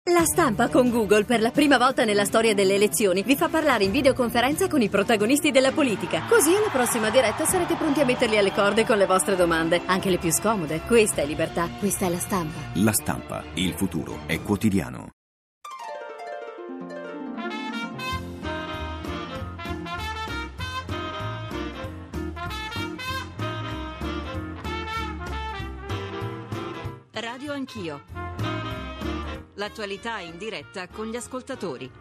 La Stampa con Google, per la prima volta nella storia delle elezioni, vi fa parlare in videoconferenza con i protagonisti della politica. Così alla prossima diretta sarete pronti a metterli alle corde con le vostre domande, anche le più scomode. Questa è libertà, questa è La Stampa. La Stampa, il futuro è quotidiano. Radio Anch'io. L'attualità in diretta con gli ascoltatori.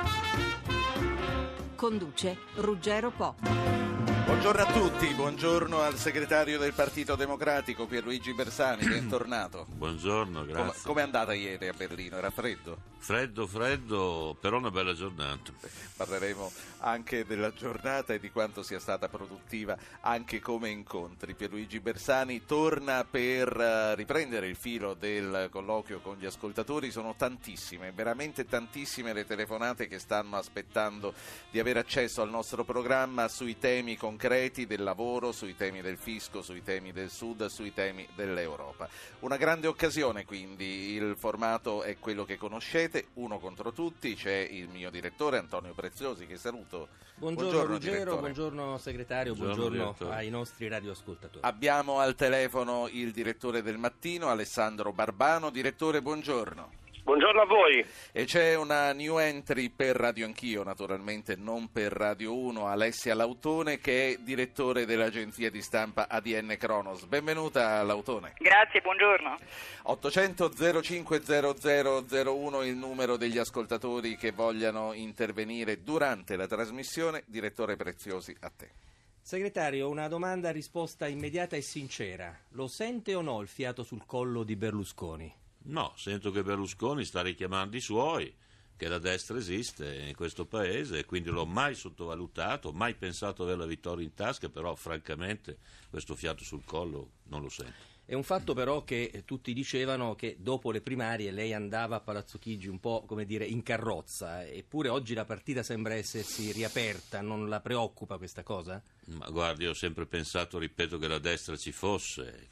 Conduce Ruggero Po. Buongiorno a tutti, buongiorno al segretario del Partito Democratico Pierluigi Bersani, bentornato. Buongiorno, grazie. Com'è andata ieri a Berlino? Era freddo? Freddo, però una bella giornata. Parleremo anche della giornata e di quanto sia stata produttiva anche come incontri. Pierluigi Bersani torna per riprendere il filo del colloquio con gli ascoltatori. Sono tantissime, veramente tantissime le telefonate che stanno aspettando di avere accesso al nostro programma sui temi concreti del lavoro, sui temi del fisco, sui temi del Sud, sui temi dell'Europa. Una grande occasione quindi, il formato è quello che conoscete, uno contro tutti, c'è il mio direttore Antonio Preziosi che saluto. Buongiorno Ruggero, direttore. Buongiorno segretario, buongiorno ai nostri radioascoltatori. Abbiamo al telefono il direttore del Mattino, Alessandro Barbano. Direttore, buongiorno. Buongiorno a voi. E c'è una new entry per Radio Anch'io, naturalmente non per Radio 1, Alessia Lautone, che è direttore dell'agenzia di stampa ADN Cronos. Benvenuta Lautone. Grazie, buongiorno. 800 05 0001 il numero degli ascoltatori che vogliano intervenire durante la trasmissione. Direttore Preziosi, a te. Segretario, una domanda a risposta immediata e sincera. Lo sente o no il fiato sul collo di Berlusconi? No, sento che Berlusconi sta richiamando i suoi, che la destra esiste in questo paese e quindi l'ho mai sottovalutato, mai pensato di avere la vittoria in tasca, però francamente questo fiato sul collo non lo sento. È un fatto però che tutti dicevano che dopo le primarie lei andava a Palazzo Chigi un po', come dire, in carrozza, eppure oggi la partita sembra essersi riaperta, non la preoccupa questa cosa? Ma guardi, io ho sempre pensato, ripeto, che la destra ci fosse,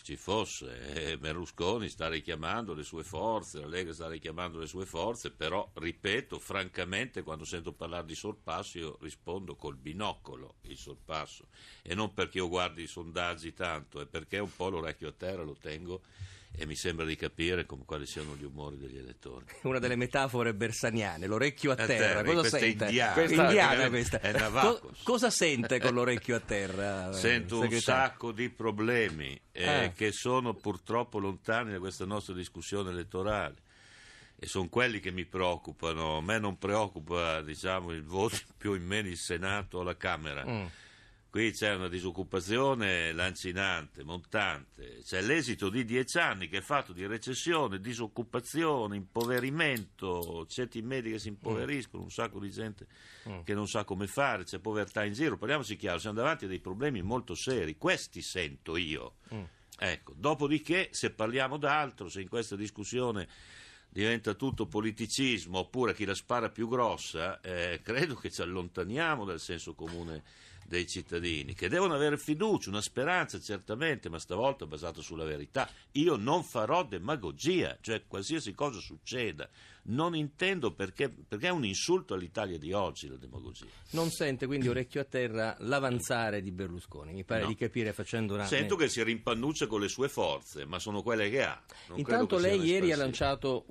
e Berlusconi sta richiamando le sue forze, la Lega sta richiamando le sue forze, però, ripeto, francamente, quando sento parlare di sorpasso io rispondo col binocolo, il sorpasso, e non perché io guardi i sondaggi tanto, è perché un po' l'orecchio a terra lo tengo e mi sembra di capire quali siano gli umori degli elettori. Una delle metafore bersaniane, l'orecchio a terra. Cosa questa sente? È indiana questa. È Navacos. Cosa sente con l'orecchio a terra? Sento un sacco di problemi che sono purtroppo lontani da questa nostra discussione elettorale e sono quelli che mi preoccupano. A me non preoccupa, il voto più o meno il Senato o la Camera. Qui c'è una disoccupazione lancinante, montante, c'è l'esito di 10 anni che è fatto di recessione, disoccupazione, impoverimento, ceti medi che si impoveriscono, un sacco di gente che non sa come fare, c'è povertà in giro, parliamoci chiaro, siamo davanti a dei problemi molto seri, questi sento io. Ecco, dopodiché se parliamo d'altro, se in questa discussione diventa tutto politicismo oppure chi la spara più grossa, credo che ci allontaniamo dal senso comune dei cittadini, che devono avere fiducia, una speranza certamente, ma stavolta basata sulla verità. Io non farò demagogia, cioè qualsiasi cosa succeda, non intendo perché è un insulto all'Italia di oggi la demagogia. Non sente quindi orecchio a terra l'avanzare di Berlusconi, mi pare di capire facendo una... Sento che si rimpannuccia con le sue forze, ma sono quelle che ha. Intanto lei ieri ha lanciato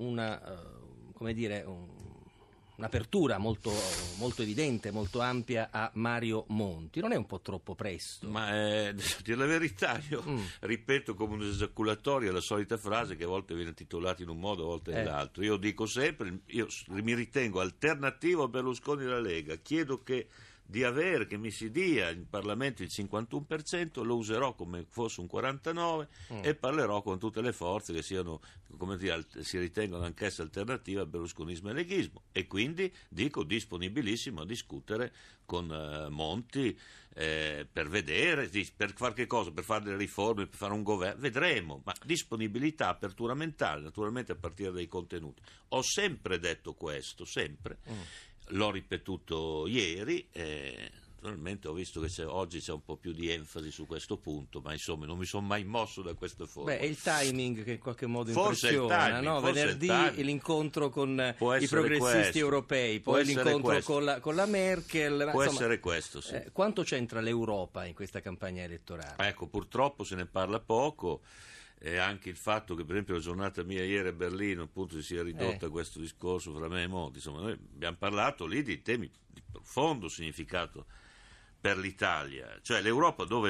un'apertura molto, molto evidente, molto ampia a Mario Monti. Non è un po' troppo presto? Ma dire la verità, io ripeto come un esaculatorio la solita frase che a volte viene titolata in un modo, a volte nell'altro. Io dico sempre, io mi ritengo alternativo a Berlusconi della Lega, chiedo che mi si dia in Parlamento il 51%, lo userò come fosse un 49% e parlerò con tutte le forze che siano, si ritengono anch'esse alternative al berlusconismo e leghismo, e quindi dico disponibilissimo a discutere con Monti per vedere, per fare che cosa, per fare delle riforme, per fare un governo, vedremo, ma disponibilità, apertura mentale, naturalmente a partire dai contenuti. Ho sempre detto questo, sempre. L'ho ripetuto ieri, Naturalmente ho visto che oggi c'è un po' più di enfasi su questo punto, ma insomma non mi sono mai mosso da questa forma. È il timing che in qualche modo Forse impressiona, no? Venerdì l'incontro con i progressisti europei, poi l'incontro con la Merkel. Può essere questo, sì. Quanto c'entra l'Europa in questa campagna elettorale? Ecco, purtroppo se ne parla poco. E anche il fatto che per esempio la giornata mia ieri a Berlino appunto si sia ridotta questo discorso fra me e Monti, insomma noi abbiamo parlato lì di temi di profondo significato per l'Italia, cioè l'Europa dove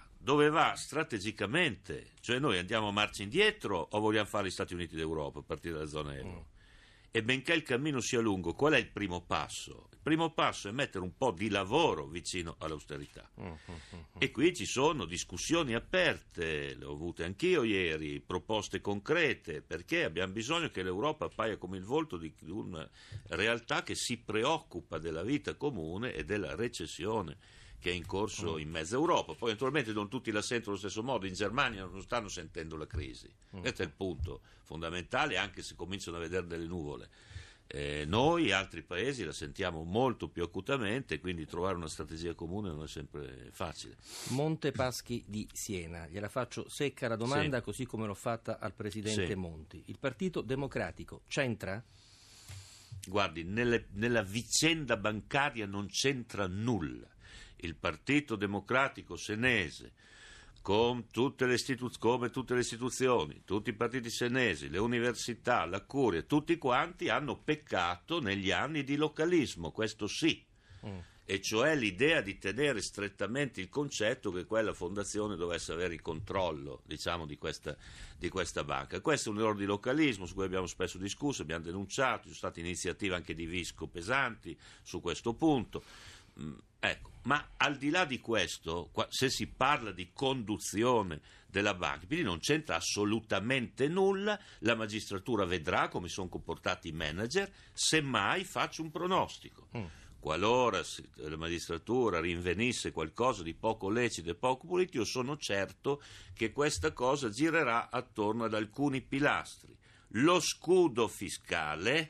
va strategicamente, cioè noi andiamo a marcia indietro o vogliamo fare gli Stati Uniti d'Europa a partire dalla zona euro? E benché il cammino sia lungo, qual è il primo passo? Il primo passo è mettere un po' di lavoro vicino all'austerità. E qui ci sono discussioni aperte, le ho avute anch'io ieri, proposte concrete, perché abbiamo bisogno che l'Europa appaia come il volto di una realtà che si preoccupa della vita comune e della recessione che è in corso in mezza Europa. Poi naturalmente non tutti la sentono allo stesso modo, in Germania non stanno sentendo la crisi, questo è il punto fondamentale, anche se cominciano a vedere delle nuvole. Noi e altri paesi la sentiamo molto più acutamente, quindi trovare una strategia comune non è sempre facile. Montepaschi di Siena, gliela faccio secca la domanda, sì, così come l'ho fatta al presidente Monti. Il Partito Democratico c'entra? Guardi, nella vicenda bancaria non c'entra nulla. Il Partito Democratico senese, come tutte le istituzioni, tutti i partiti senesi, le università, la curia, tutti quanti hanno peccato negli anni di localismo, questo sì, e cioè l'idea di tenere strettamente il concetto che quella fondazione dovesse avere il controllo, diciamo, di questa banca. Questo è un errore di localismo su cui abbiamo spesso discusso, abbiamo denunciato, ci sono state iniziative anche di Visco pesanti su questo punto. Ecco, ma al di là di questo, se si parla di conduzione della banca, quindi non c'entra assolutamente nulla, la magistratura vedrà come sono comportati i manager, semmai faccio un pronostico. Qualora la magistratura rinvenisse qualcosa di poco lecito e poco pulito, io sono certo che questa cosa girerà attorno ad alcuni pilastri. Lo scudo fiscale,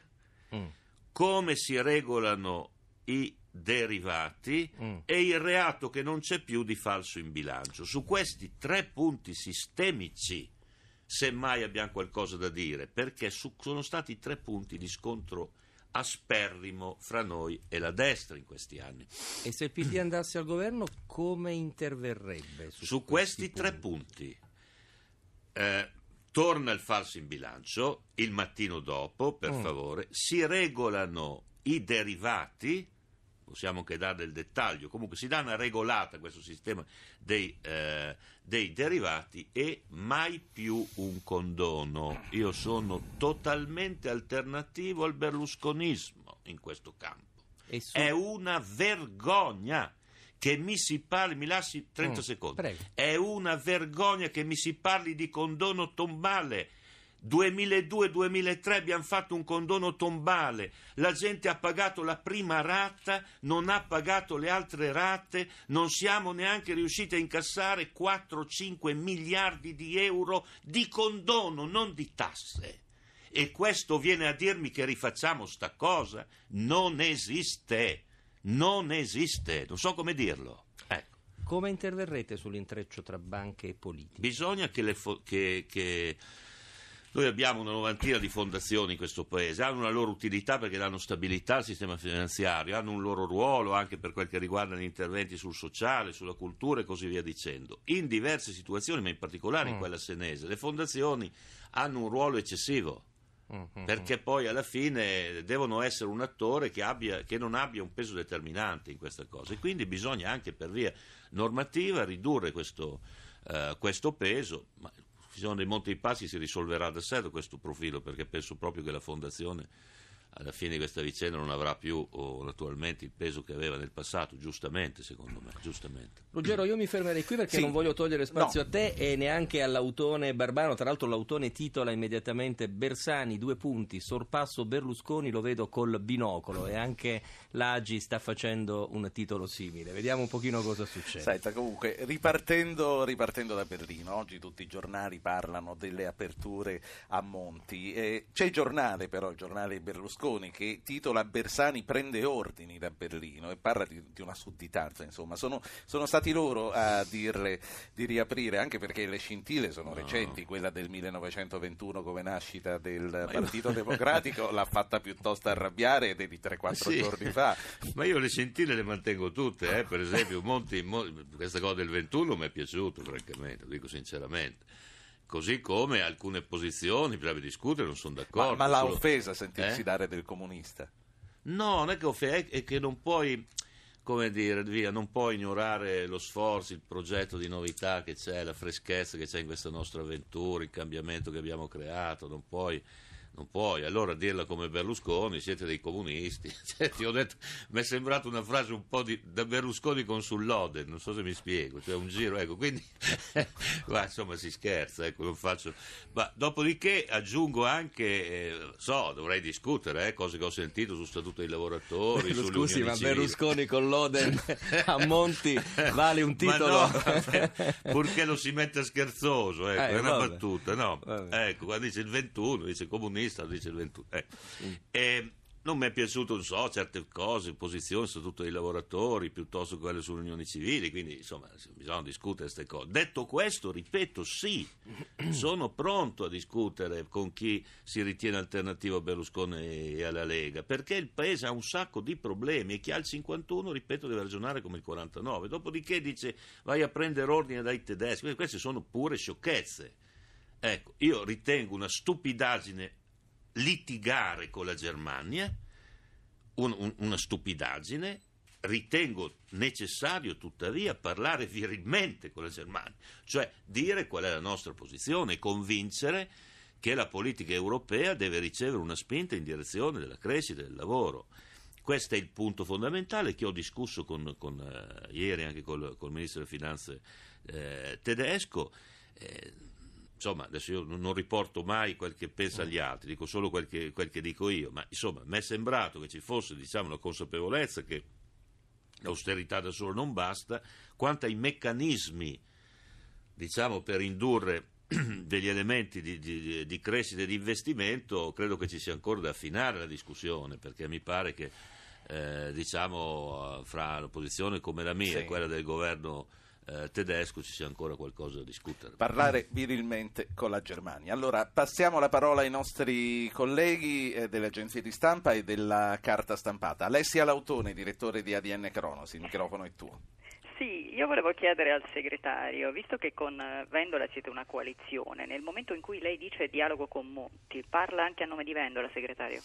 come si regolano i derivati e il reato che non c'è più di falso in bilancio. Su questi 3 punti sistemici semmai abbiamo qualcosa da dire, perché sono stati 3 punti di scontro asperrimo fra noi e la destra in questi anni. E se il PD andasse al governo, come interverrebbe su questi 3 punti? Torna il falso in bilancio il mattino dopo, per favore, si regolano i derivati, possiamo anche dare del dettaglio, comunque si dà una regolata a questo sistema dei derivati e mai più un condono. Io sono totalmente alternativo al berlusconismo in questo campo. È una vergogna che mi si parli, mi lasci 30 secondi, prego. È una vergogna che mi si parli di condono tombale. 2002-2003 abbiamo fatto un condono tombale, la gente ha pagato la prima rata, non ha pagato le altre rate, non siamo neanche riusciti a incassare 4-5 miliardi di euro di condono, non di tasse. E questo viene a dirmi che rifacciamo sta cosa? Non esiste, non so come dirlo. Ecco. Come interverrete sull'intreccio tra banche e politiche? Bisogna che noi abbiamo una novantina di fondazioni in questo paese, hanno una loro utilità perché danno stabilità al sistema finanziario, hanno un loro ruolo anche per quel che riguarda gli interventi sul sociale, sulla cultura e così via dicendo. In diverse situazioni, ma in particolare in quella senese, le fondazioni hanno un ruolo eccessivo, perché poi alla fine devono essere un attore che non abbia un peso determinante in questa cosa, e quindi bisogna anche per via normativa ridurre questo peso. Ma ci sono dei Monti Paschi, si risolverà da sé da questo profilo, perché penso proprio che la fondazione alla fine di questa vicenda non avrà più naturalmente il peso che aveva nel passato, giustamente, secondo me, giustamente. Ruggero, io mi fermerei qui perché non voglio togliere spazio a te e neanche all'autone Barbano. Tra l'altro l'autone titola immediatamente Bersani, sorpasso Berlusconi, lo vedo col binocolo, e anche l'Agi sta facendo un titolo simile. Vediamo un pochino cosa succede. Senta, comunque, ripartendo da Berlino, oggi tutti i giornali parlano delle aperture a Monti. C'è il giornale Berlusconi Berlusconi, che titola Bersani prende ordini da Berlino e parla di una sudditanza, insomma. Sono stati loro a dirle di riaprire, anche perché le scintille sono recenti, quella del 1921 come nascita del Partito Democratico l'ha fatta piuttosto arrabbiare ed è di 3-4 giorni fa. Ma io le scintille le mantengo tutte, per esempio Monti, questa cosa del 21 mi è piaciuto francamente, lo dico sinceramente. Così come alcune posizioni, bisogna discutere, non sono d'accordo. Ma l'ha offesa sentirsi dare del comunista? No, non è che offesa, è che non puoi, come dire, via, non puoi ignorare lo sforzo, il progetto di novità che c'è, la freschezza che c'è in questa nostra avventura, il cambiamento che abbiamo creato, non puoi allora dirla come Berlusconi, siete dei comunisti. Cioè, ti ho detto, mi è sembrata una frase un po' da Berlusconi con Sull'Ode, non so se mi spiego, cioè un giro, ecco, quindi ma, insomma si scherza, ecco, non faccio. Ma dopodiché aggiungo anche, dovrei discutere cose che ho sentito sul Statuto dei lavoratori. Scusi, ma Berlusconi con l'Oden a Monti vale un titolo? Ma no, purché lo si metta scherzoso, ecco, è una battuta, no? Ecco, quando dice il 21, dice comunista, dice il 21. Non mi è piaciuto, non so, certe cose, posizioni, Statuto dei lavoratori, piuttosto che quelle sulle unioni civili, quindi insomma bisogna discutere queste cose. Detto questo, ripeto, sì, sono pronto a discutere con chi si ritiene alternativo a Berlusconi e alla Lega, perché il Paese ha un sacco di problemi e chi ha il 51, ripeto, deve ragionare come il 49. Dopodiché dice vai a prendere ordine dai tedeschi, queste sono pure sciocchezze. Ecco, io ritengo una stupidaggine litigare con la Germania, una stupidaggine. Ritengo necessario tuttavia parlare virilmente con la Germania, cioè dire qual è la nostra posizione e convincere che la politica europea deve ricevere una spinta in direzione della crescita e del lavoro. Questo è il punto fondamentale che ho discusso ieri anche col Ministro delle Finanze tedesco. Insomma, adesso io non riporto mai quel che pensa gli altri, dico solo quel che dico io, ma insomma mi è sembrato che ci fosse, diciamo, la consapevolezza che l'austerità da solo non basta, quanto ai meccanismi, diciamo, per indurre degli elementi di crescita e di investimento, credo che ci sia ancora da affinare la discussione, perché mi pare che diciamo fra la posizione come la mia e quella del governo tedesco ci sia ancora qualcosa da discutere. Parlare virilmente con la Germania. Allora passiamo la parola ai nostri colleghi delle agenzie di stampa e della carta stampata. Alessia Lautone, direttore di ADN Cronos, il microfono è tuo. Sì, io volevo chiedere al segretario, visto che con Vendola siete una coalizione, nel momento in cui lei dice dialogo con Monti, parla anche a nome di Vendola, segretario?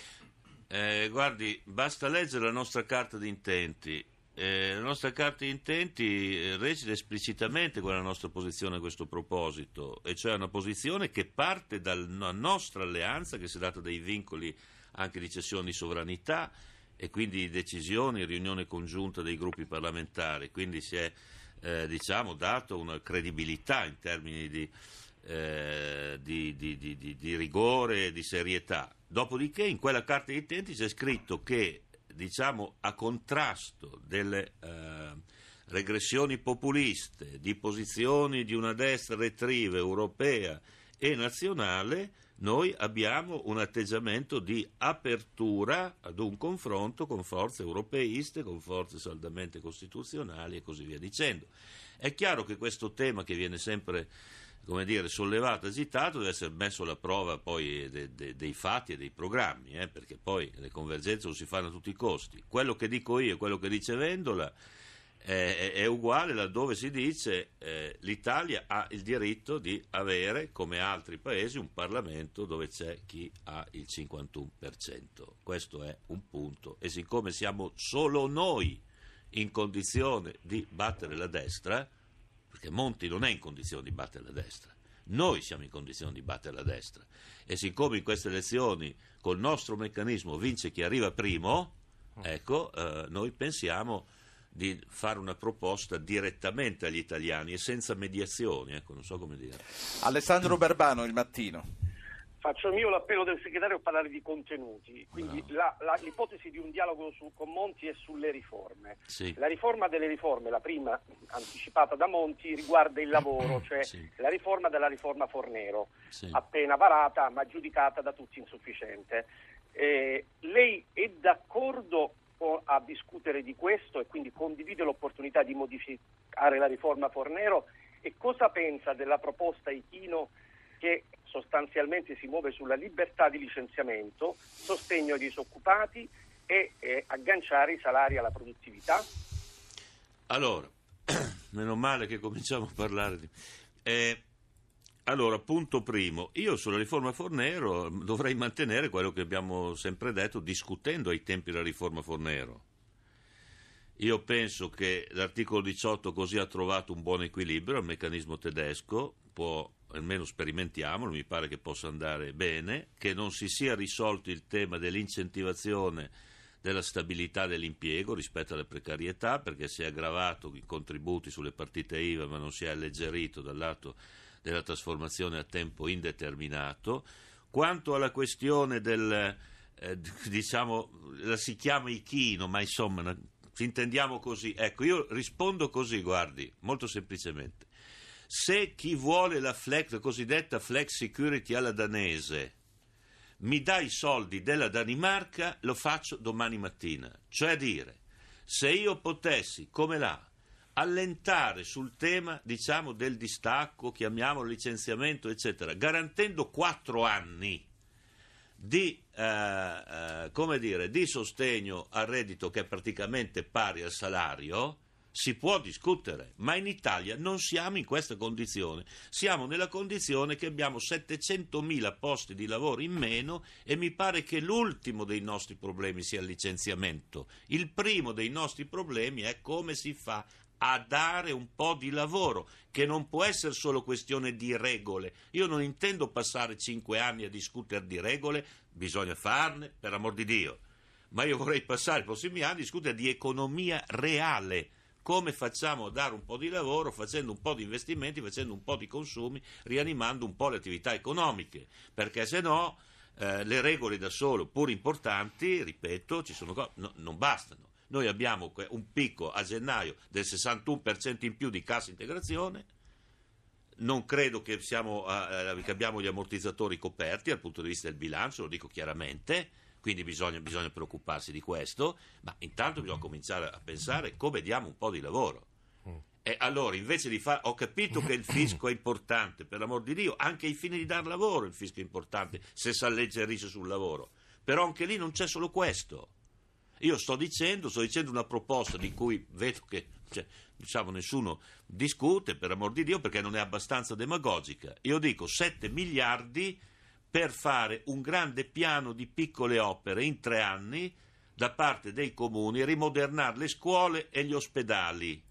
Guardi, basta leggere la nostra carta di intenti. La nostra carta di intenti recita esplicitamente quella nostra posizione a questo proposito, e cioè una posizione che parte dalla nostra alleanza, che si è data dei vincoli anche di cessione di sovranità e quindi decisioni, riunione congiunta dei gruppi parlamentari, quindi si è diciamo dato una credibilità in termini di rigore e di serietà. Dopodiché in quella carta di intenti c'è scritto che, diciamo, a contrasto delle regressioni populiste, di posizioni di una destra retriva europea e nazionale, noi abbiamo un atteggiamento di apertura ad un confronto con forze europeiste, con forze saldamente costituzionali e così via dicendo. È chiaro che questo tema, che viene sempre, come dire, sollevato, agitato, deve essere messo alla prova poi dei fatti e dei programmi, perché poi le convergenze non si fanno a tutti i costi. Quello che dico io e quello che dice Vendola è uguale laddove si dice l'Italia ha il diritto di avere, come altri paesi, un Parlamento dove c'è chi ha il 51%. Questo è un punto, e siccome siamo solo noi in condizione di battere la destra, perché Monti non è in condizione di battere la destra, noi siamo in condizione di battere la destra, e siccome in queste elezioni col nostro meccanismo vince chi arriva primo, ecco, noi pensiamo di fare una proposta direttamente agli italiani e senza mediazioni, ecco, non so come dire. Alessandro Barbano, Il Mattino. Faccio mio l'appello del segretario a parlare di contenuti, quindi l'ipotesi di un dialogo con Monti è sulle riforme. Sì. La riforma delle riforme, la prima anticipata da Monti, riguarda il lavoro, cioè la riforma della riforma Fornero, appena varata ma giudicata da tutti insufficiente. lei è d'accordo a discutere di questo e quindi condivide l'opportunità di modificare la riforma Fornero, e cosa pensa della proposta Ichino che sostanzialmente si muove sulla libertà di licenziamento, sostegno ai disoccupati e agganciare i salari alla produttività? Allora, meno male che cominciamo a parlare di... Allora, punto primo, io sulla riforma Fornero dovrei mantenere quello che abbiamo sempre detto discutendo ai tempi della riforma Fornero. Io penso che l'articolo 18 così ha trovato un buon equilibrio, il meccanismo tedesco, almeno sperimentiamolo, mi pare che possa andare bene, che non si sia risolto il tema dell'incentivazione della stabilità dell'impiego rispetto alle precarietà, perché si è aggravato i contributi sulle partite IVA ma non si è alleggerito dal lato della trasformazione a tempo indeterminato. Quanto alla questione del, la si chiama Ichino, ma insomma, ci intendiamo così. Ecco, io rispondo così, guardi, molto semplicemente. Se chi vuole la cosiddetta flex security alla danese mi dà i soldi della Danimarca, lo faccio domani mattina. Cioè a dire, se io potessi, come là, allentare sul tema, del distacco, chiamiamolo licenziamento, eccetera, garantendo 4 anni di sostegno al reddito che è praticamente pari al salario, si può discutere, ma in Italia non siamo in questa condizione, siamo nella condizione che abbiamo 700.000 posti di lavoro in meno e mi pare che l'ultimo dei nostri problemi sia il licenziamento. Il primo dei nostri problemi è come si fa a dare un po' di lavoro, che non può essere solo questione di regole. Io non intendo passare 5 anni a discutere di regole, bisogna farne, per amor di Dio, ma io vorrei passare i prossimi anni a discutere di economia reale, come facciamo a dare un po' di lavoro, facendo un po' di investimenti, facendo un po' di consumi, rianimando un po' le attività economiche, perché se no le regole da solo, pur importanti, ripeto, non bastano. Noi abbiamo un picco a gennaio del 61% in più di cassa integrazione, non credo che abbiamo gli ammortizzatori coperti dal punto di vista del bilancio, lo dico chiaramente, quindi bisogna preoccuparsi di questo, ma intanto bisogna cominciare a pensare come diamo un po' di lavoro. E allora, invece di fare, ho capito che il fisco è importante, per l'amor di Dio, anche ai fini di dar lavoro il fisco è importante, se si alleggerisce sul lavoro, però anche lì non c'è solo questo. Io sto dicendo una proposta di cui vedo che nessuno discute, per amor di Dio, perché non è abbastanza demagogica. Io dico 7 miliardi per fare un grande piano di piccole opere in 3 anni da parte dei comuni, rimodernare le scuole e gli ospedali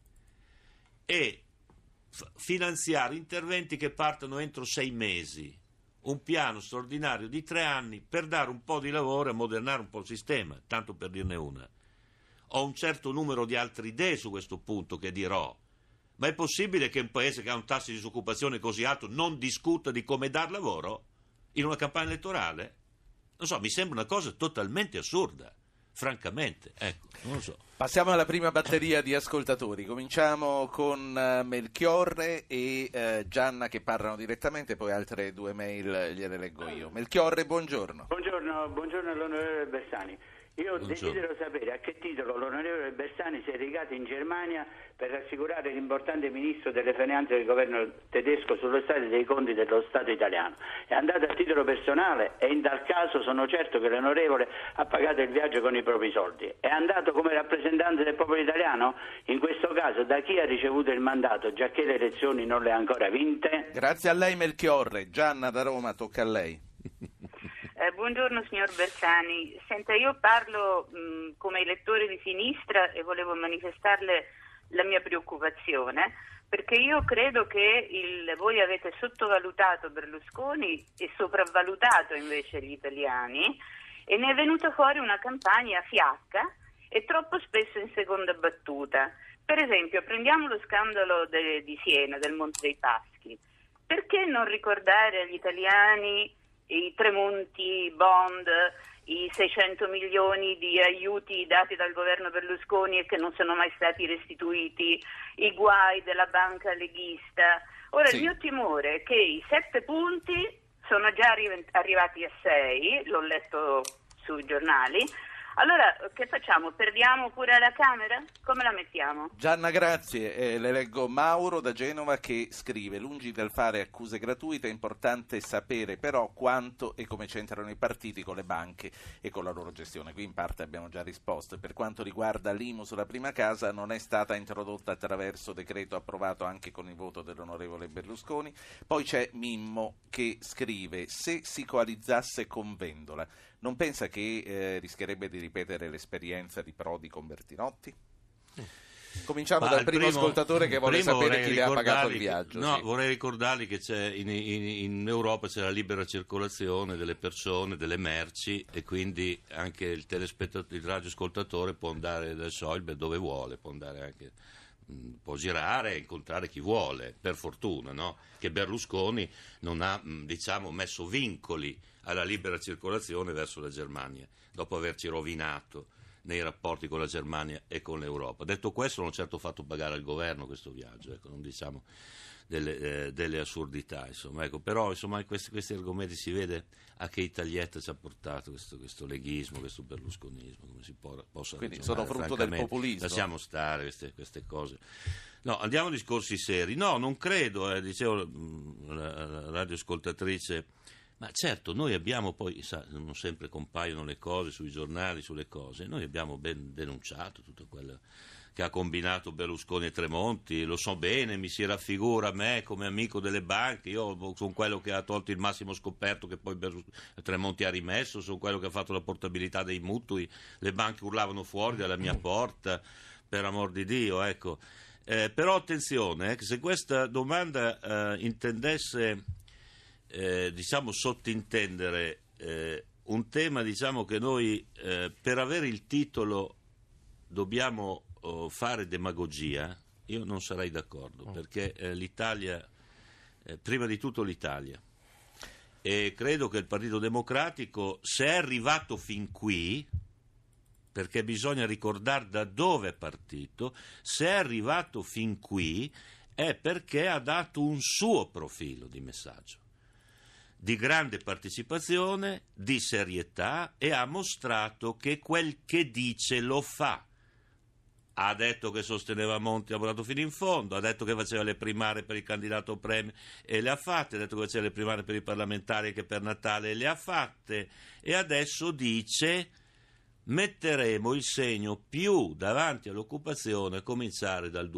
e finanziare interventi che partano entro 6 mesi. Un piano straordinario di 3 anni per dare un po' di lavoro e modernare un po' il sistema, tanto per dirne una. Ho un certo numero di altre idee su questo punto che dirò, ma è possibile che un paese che ha un tasso di disoccupazione così alto non discuta di come dar lavoro in una campagna elettorale? Non so, mi sembra una cosa totalmente assurda, francamente, ecco, non lo so. Passiamo alla prima batteria di ascoltatori. Cominciamo con Melchiorre e Gianna che parlano direttamente, poi altre 2 mail gliele leggo io. Melchiorre, buongiorno. Buongiorno all'onorevole Bersani. Io desidero sapere a che titolo l'onorevole Bersani si è recato in Germania per rassicurare l'importante ministro delle finanze del governo tedesco sullo stato dei conti dello Stato italiano. È andato a titolo personale e in tal caso sono certo che l'onorevole ha pagato il viaggio con i propri soldi. È andato come rappresentante del popolo italiano? In questo caso da chi ha ricevuto il mandato, giacché le elezioni non le ha ancora vinte? Grazie a lei Melchiorre. Gianna da Roma, tocca a lei. Buongiorno signor Bersani, senta, io parlo come elettore di sinistra e volevo manifestarle la mia preoccupazione, perché io credo che voi avete sottovalutato Berlusconi e sopravvalutato invece gli italiani, e ne è venuta fuori una campagna fiacca e troppo spesso in seconda battuta. Per esempio, prendiamo lo scandalo di Siena, del Monte dei Paschi. Perché non ricordare agli italiani i Tremonti bond, i 600 milioni di aiuti dati dal governo Berlusconi e che non sono mai stati restituiti, i guai della banca leghista? Ora sì. Il mio timore è che i 7 punti sono già arrivati a 6, l'ho letto sui giornali. Allora, che facciamo? Perdiamo pure la Camera? Come la mettiamo? Gianna, grazie. Le leggo Mauro da Genova che scrive: lungi dal fare accuse gratuite, è importante sapere però quanto e come c'entrano i partiti con le banche e con la loro gestione. Qui in parte abbiamo già risposto. Per quanto riguarda l'IMU sulla prima casa, non è stata introdotta attraverso decreto approvato anche con il voto dell'onorevole Berlusconi. Poi c'è Mimmo che scrive: se si coalizzasse con Vendola, non pensa che rischierebbe di ripetere l'esperienza di Prodi con Bertinotti? Cominciamo dal primo ascoltatore che vuole sapere chi le ha pagato il viaggio. Vorrei ricordargli che in Europa c'è la libera circolazione delle persone, delle merci, e quindi anche il radioascoltatore può andare da Schäuble dove vuole, può girare e incontrare chi vuole, per fortuna, no? Che Berlusconi non ha messo vincoli alla libera circolazione verso la Germania, dopo averci rovinato nei rapporti con la Germania e con l'Europa. Detto questo, non ho certo fatto pagare al governo questo viaggio, ecco, non diciamo delle assurdità, insomma, ecco. Però insomma in questi argomenti si vede a che Italietta ci ha portato questo leghismo, questo berlusconismo, come si possa quindi sono frutto del populismo. Lasciamo stare queste cose. No, andiamo a discorsi seri. No, non credo, dicevo la radioascoltatrice. Ma certo, noi abbiamo poi, non sempre compaiono le cose sui giornali, sulle cose, noi abbiamo ben denunciato tutto quello che ha combinato Berlusconi e Tremonti, lo so bene, mi si raffigura a me come amico delle banche, io sono quello che ha tolto il massimo scoperto che poi Tremonti ha rimesso, sono quello che ha fatto la portabilità dei mutui, le banche urlavano fuori dalla mia porta, per amor di Dio, ecco. Però attenzione, se questa domanda intendesse sottintendere un tema che noi per avere il titolo dobbiamo fare demagogia, io non sarei d'accordo, perché l'Italia, prima di tutto l'Italia, e credo che il Partito Democratico, se è arrivato fin qui, perché bisogna ricordare da dove è partito, se è arrivato fin qui è perché ha dato un suo profilo di messaggio, di grande partecipazione, di serietà, e ha mostrato che quel che dice lo fa. Ha detto che sosteneva Monti, ha votato fino in fondo, ha detto che faceva le primarie per il candidato premio e le ha fatte, ha detto che faceva le primarie per i parlamentari e che per Natale le ha fatte, e adesso dice: metteremo il segno più davanti all'occupazione a cominciare dal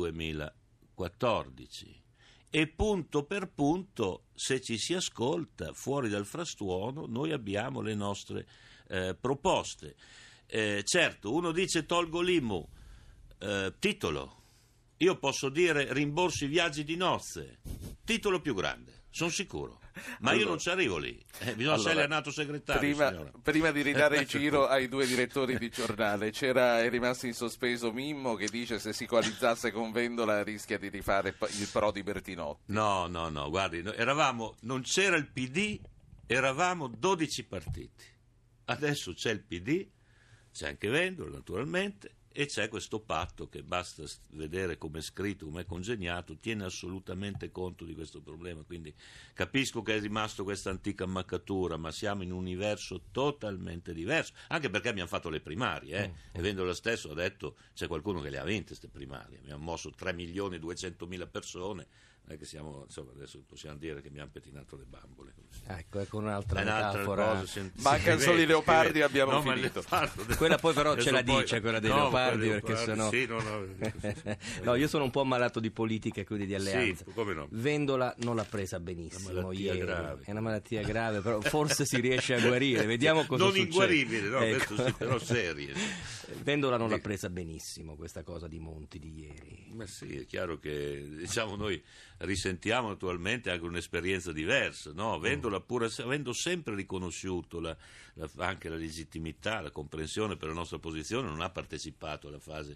2014. E punto per punto, se ci si ascolta fuori dal frastuono, noi abbiamo le nostre proposte. Certo, uno dice tolgo l'IMU, titolo. Io posso dire rimborsi viaggi di nozze, titolo più grande, sono sicuro. Ma io non ci arrivo lì, bisogna essere allennato segretario. Prima di ridare il giro ai due direttori di giornale, è rimasto in sospeso Mimmo che dice: se si coalizzasse con Vendola rischia di rifare il Prodi Bertinotti. No, guardi, non c'era il PD, eravamo 12 partiti. Adesso c'è il PD, c'è anche Vendola naturalmente, e c'è questo patto che basta vedere come è scritto, come è congegnato, tiene assolutamente conto di questo problema. Quindi capisco che è rimasto questa antica ammaccatura, ma siamo in un universo totalmente diverso, anche perché abbiamo fatto le primarie, e Vendola stesso ha detto: c'è qualcuno che le ha vinte queste primarie, abbiamo mosso 3.200.000 persone, non è che siamo, insomma, adesso possiamo dire che mi hanno pettinato le bambole. Ecco un'altra metafora. Mancano solo i leopardi, abbiamo finito. Quella poi però ce la dice, quella dei leopardi, perché sennò... Sì, no, io sono un po' ammalato di politica e quindi di alleanza. Sì, come no? Vendola non l'ha presa benissimo ieri. Grave. È una malattia grave, però forse si riesce a guarire. Vediamo cosa non succede. Inguaribile, no, ecco. questo sì, però serie. Vendola non l'ha presa benissimo questa cosa di Monti di ieri. Ma sì, è chiaro che noi risentiamo attualmente anche un'esperienza diversa, no? Vendola, pur avendo sempre riconosciuto anche la legittimità, la comprensione per la nostra posizione, non ha partecipato alla fase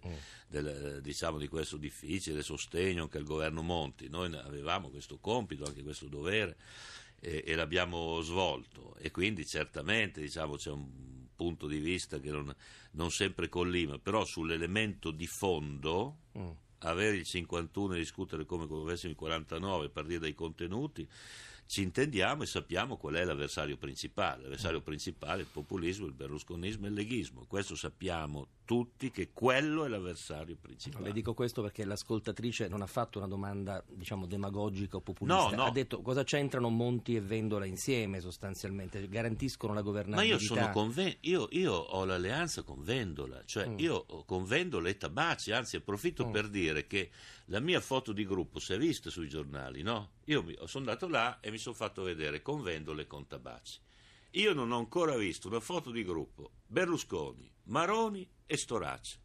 di questo difficile sostegno anche al governo Monti. Noi avevamo questo compito, anche questo dovere, e l'abbiamo svolto, e quindi certamente c'è un punto di vista che non sempre collima, però sull'elemento di fondo avere il 51 e discutere come avessimo il 49, partire dai contenuti, ci intendiamo e sappiamo qual è l'avversario principale. L'avversario principale è il populismo, il berlusconismo e il leghismo. Questo sappiamo tutti, che quello è l'avversario principale. Le dico questo perché l'ascoltatrice non ha fatto una domanda, diciamo, demagogica o populista. No. Ha detto: cosa c'entrano Monti e Vendola insieme sostanzialmente? Garantiscono la governabilità? Ma io ho l'alleanza con Vendola, cioè io con Vendola e Tabacci, anzi approfitto per dire che la mia foto di gruppo si è vista sui giornali, no? Io sono andato là e mi sono fatto vedere con Vendola e con Tabacci. Io non ho ancora visto una foto di gruppo Berlusconi, Maroni e Storace,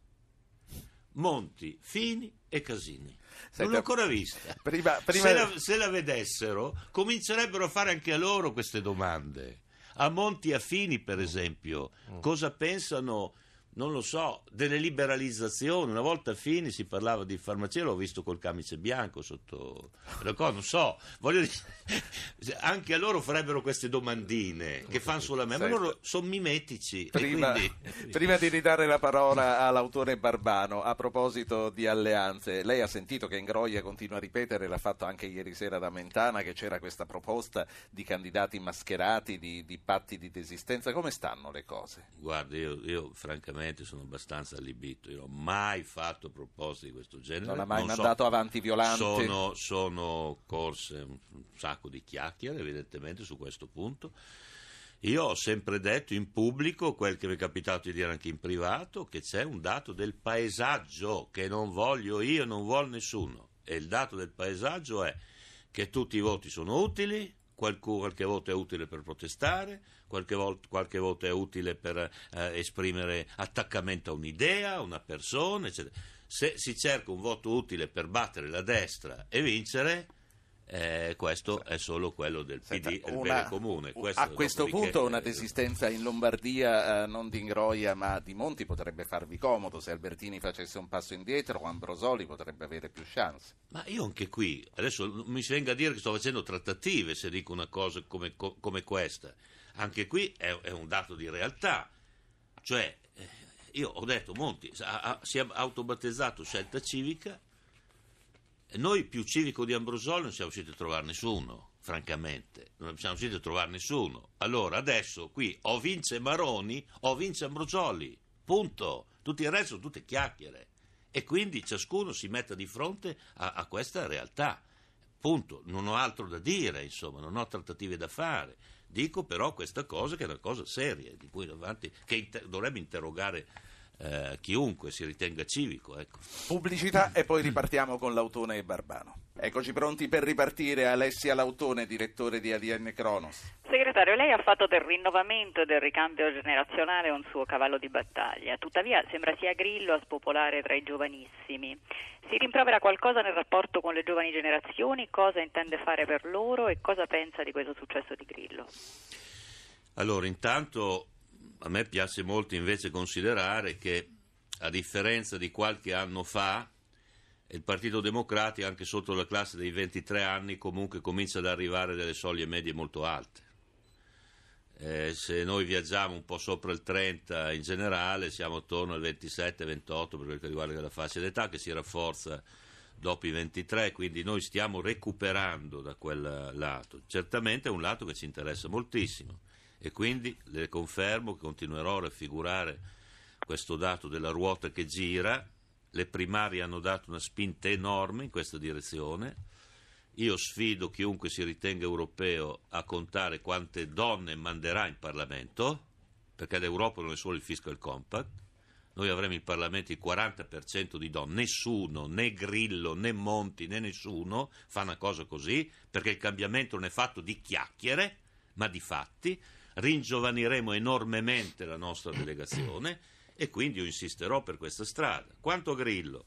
Monti, Fini e Casini. Non l'ho ancora vista. Prima... Se la vedessero, comincerebbero a fare anche a loro queste domande. A Monti e a Fini, per esempio, cosa pensano, non lo so, delle liberalizzazioni. Una volta a Fini si parlava di farmacia, l'ho visto col camice bianco sotto, non so, voglio dire, anche a loro farebbero queste domandine che fanno solo a me, ma loro sono mimetici. Prima di ridare la parola all'autore Barbano, a proposito di alleanze, lei ha sentito che Ingroia continua a ripetere, l'ha fatto anche ieri sera da Mentana, che c'era questa proposta di candidati mascherati, di patti di desistenza. Come stanno le cose? Guarda, io francamente sono abbastanza allibito. Io non ho mai fatto proposte di questo genere. Non ha mai mandato avanti violanti. Sono corse un sacco di chiacchiere, evidentemente, su questo punto. Io ho sempre detto in pubblico, quel che mi è capitato di dire anche in privato, che c'è un dato del paesaggio che non voglio io, non vuole nessuno. E il dato del paesaggio è che tutti i voti sono utili, qualche voto è utile per protestare, qualche voto è utile per esprimere attaccamento a un'idea, a una persona, eccetera. Se si cerca un voto utile per battere la destra e vincere, questo è solo quello del PD e il bene comune. A questo punto una desistenza in Lombardia, non di Ingroia ma di Monti, potrebbe farvi comodo. Se Albertini facesse un passo indietro, o Ambrosoli potrebbe avere più chance. Ma io anche qui, adesso mi si venga a dire che sto facendo trattative se dico una cosa come questa. Anche qui è un dato di realtà. Cioè, io ho detto, Monti si è autobattezzato Scelta Civica. Noi più civico di Ambrosoli non siamo riusciti a trovare nessuno, francamente, non siamo riusciti a trovare nessuno. Allora adesso qui o vince Maroni o vince Ambrosoli, punto. Tutto il resto sono tutte chiacchiere e quindi ciascuno si metta di fronte a questa realtà, punto. Non ho altro da dire, insomma, non ho trattative da fare. Dico però questa cosa che è una cosa seria, di cui davanti, che dovrebbe interrogare chiunque si ritenga civico, ecco. Pubblicità e poi ripartiamo con Lautone e Barbano. Eccoci pronti per ripartire. Alessia Lautone, direttore di ADN Cronos. Segretario, lei ha fatto del rinnovamento e del ricambio generazionale un suo cavallo di battaglia, tuttavia sembra sia Grillo a spopolare tra i giovanissimi. Si rimprovera qualcosa nel rapporto con le giovani generazioni? Cosa intende fare per loro e cosa pensa di questo successo di Grillo? Allora, intanto a me piace molto invece considerare che, a differenza di qualche anno fa, il Partito Democratico, anche sotto la classe dei 23 anni, comunque comincia ad arrivare delle soglie medie molto alte. Se noi viaggiamo un po' sopra il 30 in generale, siamo attorno al 27-28 per quel che riguarda la fascia d'età, che si rafforza dopo i 23, quindi noi stiamo recuperando da quel lato. Certamente è un lato che ci interessa moltissimo. E quindi le confermo che continuerò a raffigurare questo dato della ruota che gira. Le primarie hanno dato una spinta enorme in questa direzione. Io sfido chiunque si ritenga europeo a contare quante donne manderà in Parlamento, perché l'Europa non è solo il Fiscal Compact. Noi avremo in Parlamento il 40% di donne. Nessuno, né Grillo, né Monti, né nessuno fa una cosa così, perché il cambiamento non è fatto di chiacchiere, ma di fatti. Ringiovaniremo enormemente la nostra delegazione e quindi io insisterò per questa strada. Quanto a Grillo,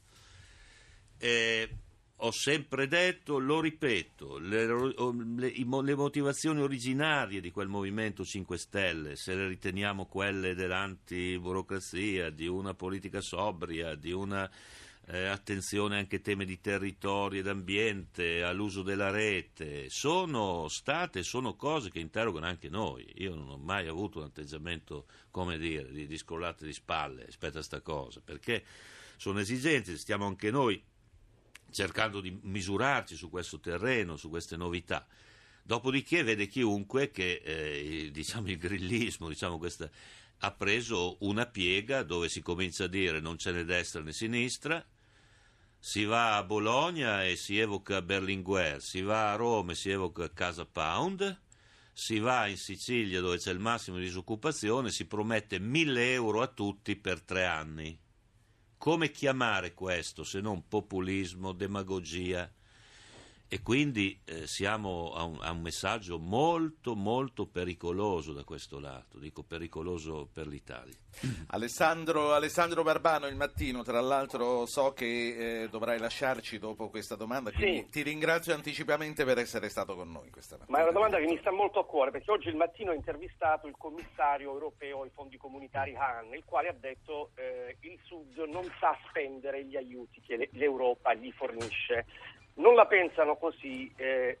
ho sempre detto, lo ripeto, le motivazioni originarie di quel Movimento 5 Stelle, se le riteniamo quelle dell'antiburocrazia, di una politica sobria, di una attenzione anche ai temi di territorio ed ambiente, all'uso della rete, sono cose che interrogano anche noi. Io non ho mai avuto un atteggiamento, come dire, di scrollate di spalle rispetto a sta cosa, perché sono esigenze, stiamo anche noi cercando di misurarci su questo terreno, su queste novità. Dopodiché vede chiunque che il grillismo, ha preso una piega dove si comincia a dire non c'è né destra né sinistra, si va a Bologna e si evoca Berlinguer, si va a Roma e si evoca Casa Pound, si va in Sicilia dove c'è il massimo di disoccupazione, si promette 1.000 euro a tutti per 3 anni. Come chiamare questo se non populismo, demagogia? E quindi siamo a un messaggio molto molto pericoloso da questo lato, dico pericoloso per l'Italia. Alessandro Barbano, Il Mattino, tra l'altro so che dovrai lasciarci dopo questa domanda, quindi sì. Ti ringrazio anticipatamente per essere stato con noi questa mattina. Ma è una domanda che mi sta molto a cuore, perché oggi Il Mattino ha intervistato il commissario europeo ai fondi comunitari Hahn, il quale ha detto il Sud non sa spendere gli aiuti che l'Europa gli fornisce. Non la pensano così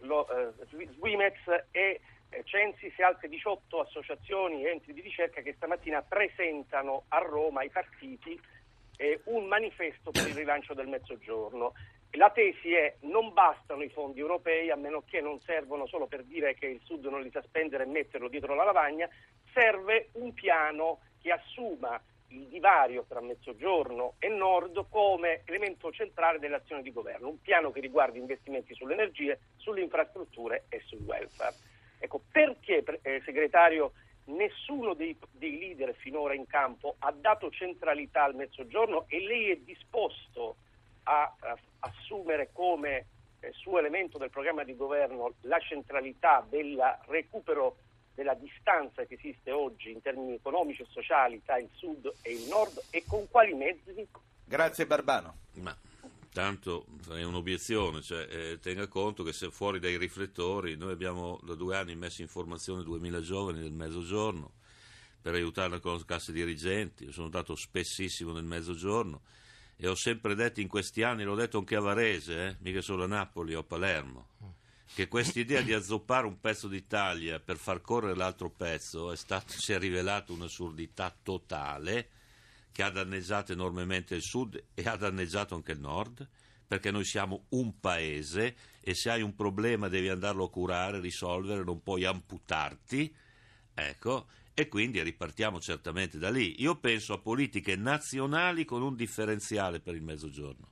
Svimez e Censis e altre 18 associazioni e enti di ricerca che stamattina presentano a Roma ai partiti un manifesto per il rilancio del Mezzogiorno. La tesi è: non bastano i fondi europei, a meno che non servono solo per dire che il Sud non li sa spendere e metterlo dietro la lavagna, serve un piano che assuma il divario tra Mezzogiorno e Nord come elemento centrale dell'azione di governo, un piano che riguarda investimenti sulle energie, sulle infrastrutture e sul welfare. Ecco, perché, segretario, nessuno dei leader finora in campo ha dato centralità al Mezzogiorno e lei è disposto a assumere come suo elemento del programma di governo la centralità del recupero della distanza che esiste oggi in termini economici e sociali tra il Sud e il Nord, e con quali mezzi? Grazie Barbano. Ma tanto è un'obiezione, tenga conto che se fuori dai riflettori noi abbiamo da 2 anni messo in formazione 2.000 giovani del Mezzogiorno per aiutarli con le casse dirigenti. Io sono andato spessissimo nel Mezzogiorno e ho sempre detto in questi anni, l'ho detto anche a Varese, mica solo a Napoli o a Palermo, che quest'idea di azzoppare un pezzo d'Italia per far correre l'altro pezzo si è rivelato un'assurdità totale, che ha danneggiato enormemente il Sud e ha danneggiato anche il Nord, perché noi siamo un paese e se hai un problema devi andarlo a curare, risolvere, non puoi amputarti, ecco, e quindi ripartiamo certamente da lì. Io penso a politiche nazionali con un differenziale per il Mezzogiorno.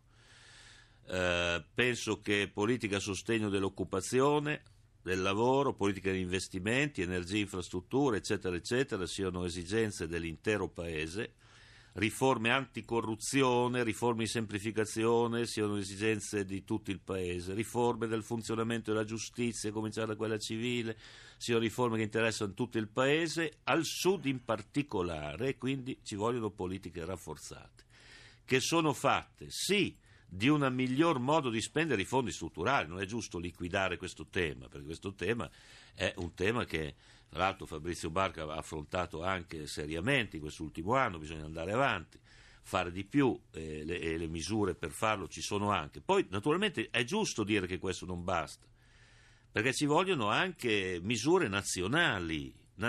Penso che politica a sostegno dell'occupazione, del lavoro, politica di investimenti, energie, infrastrutture, eccetera, eccetera, siano esigenze dell'intero Paese. Riforme anticorruzione, riforme di semplificazione siano esigenze di tutto il Paese. Riforme del funzionamento della giustizia, a cominciare da quella civile, siano riforme che interessano tutto il Paese, al Sud in particolare, quindi ci vogliono politiche rafforzate, che sono fatte, sì, di un miglior modo di spendere i fondi strutturali. Non è giusto liquidare questo tema, perché questo tema è un tema che, tra l'altro, Fabrizio Barca ha affrontato anche seriamente in quest'ultimo anno. Bisogna andare avanti, fare di più, e le misure per farlo ci sono anche. Poi, naturalmente, è giusto dire che questo non basta, perché ci vogliono anche misure nazionali.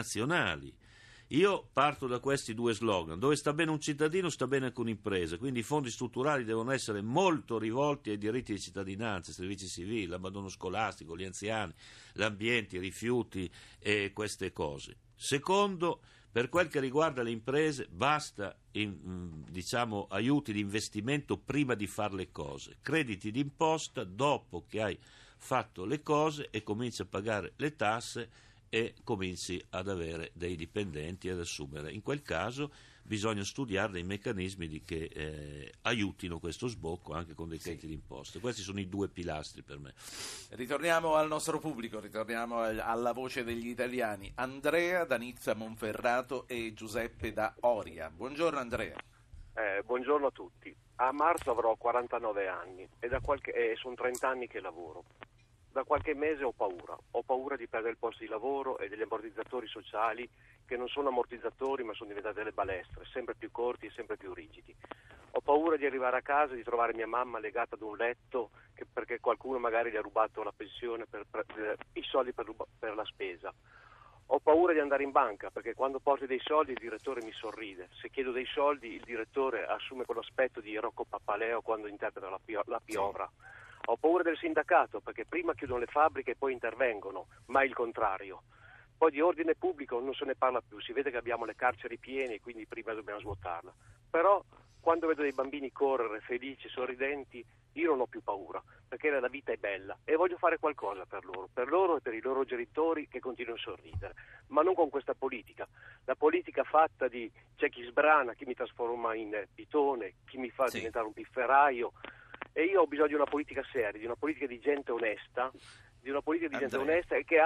Io parto da questi 2 slogan: dove sta bene un cittadino sta bene anche un'impresa, quindi i fondi strutturali devono essere molto rivolti ai diritti di cittadinanza, ai servizi civili, l'abbandono scolastico, gli anziani, l'ambiente, i rifiuti e queste cose. Secondo, per quel che riguarda le imprese, basta aiuti di investimento prima di fare le cose, crediti d'imposta dopo che hai fatto le cose e cominci a pagare le tasse e cominci ad avere dei dipendenti, ad assumere. In quel caso bisogna studiare dei meccanismi che aiutino questo sbocco anche con dei crediti d'imposta. Questi sono i 2 pilastri per me. Ritorniamo al nostro pubblico, ritorniamo alla voce degli italiani. Andrea da Nizza Monferrato e Giuseppe da Oria. Buongiorno Andrea. Buongiorno a tutti. A marzo avrò 49 anni e sono 30 anni che lavoro. Da qualche mese ho paura di perdere il posto di lavoro e degli ammortizzatori sociali, che non sono ammortizzatori ma sono diventati delle balestre, sempre più corti e sempre più rigidi. Ho paura di arrivare a casa e di trovare mia mamma legata ad un letto perché qualcuno magari gli ha rubato la pensione, i soldi per la spesa. Ho paura di andare in banca perché quando porto dei soldi il direttore mi sorride. Se chiedo dei soldi il direttore assume quell'aspetto di Rocco Papaleo quando interpreta la piovra. Ho paura del sindacato, perché prima chiudono le fabbriche e poi intervengono, mai il contrario. Poi di ordine pubblico non se ne parla più, si vede che abbiamo le carceri piene, quindi prima dobbiamo svuotarla. Però quando vedo dei bambini correre felici, sorridenti, io non ho più paura, perché la vita è bella e voglio fare qualcosa per loro e per i loro genitori che continuano a sorridere, ma non con questa politica. La politica fatta di c'è chi sbrana, chi mi trasforma in pitone, chi mi fa diventare un pifferaio, e io ho bisogno di una politica seria, di una politica di gente onesta, e che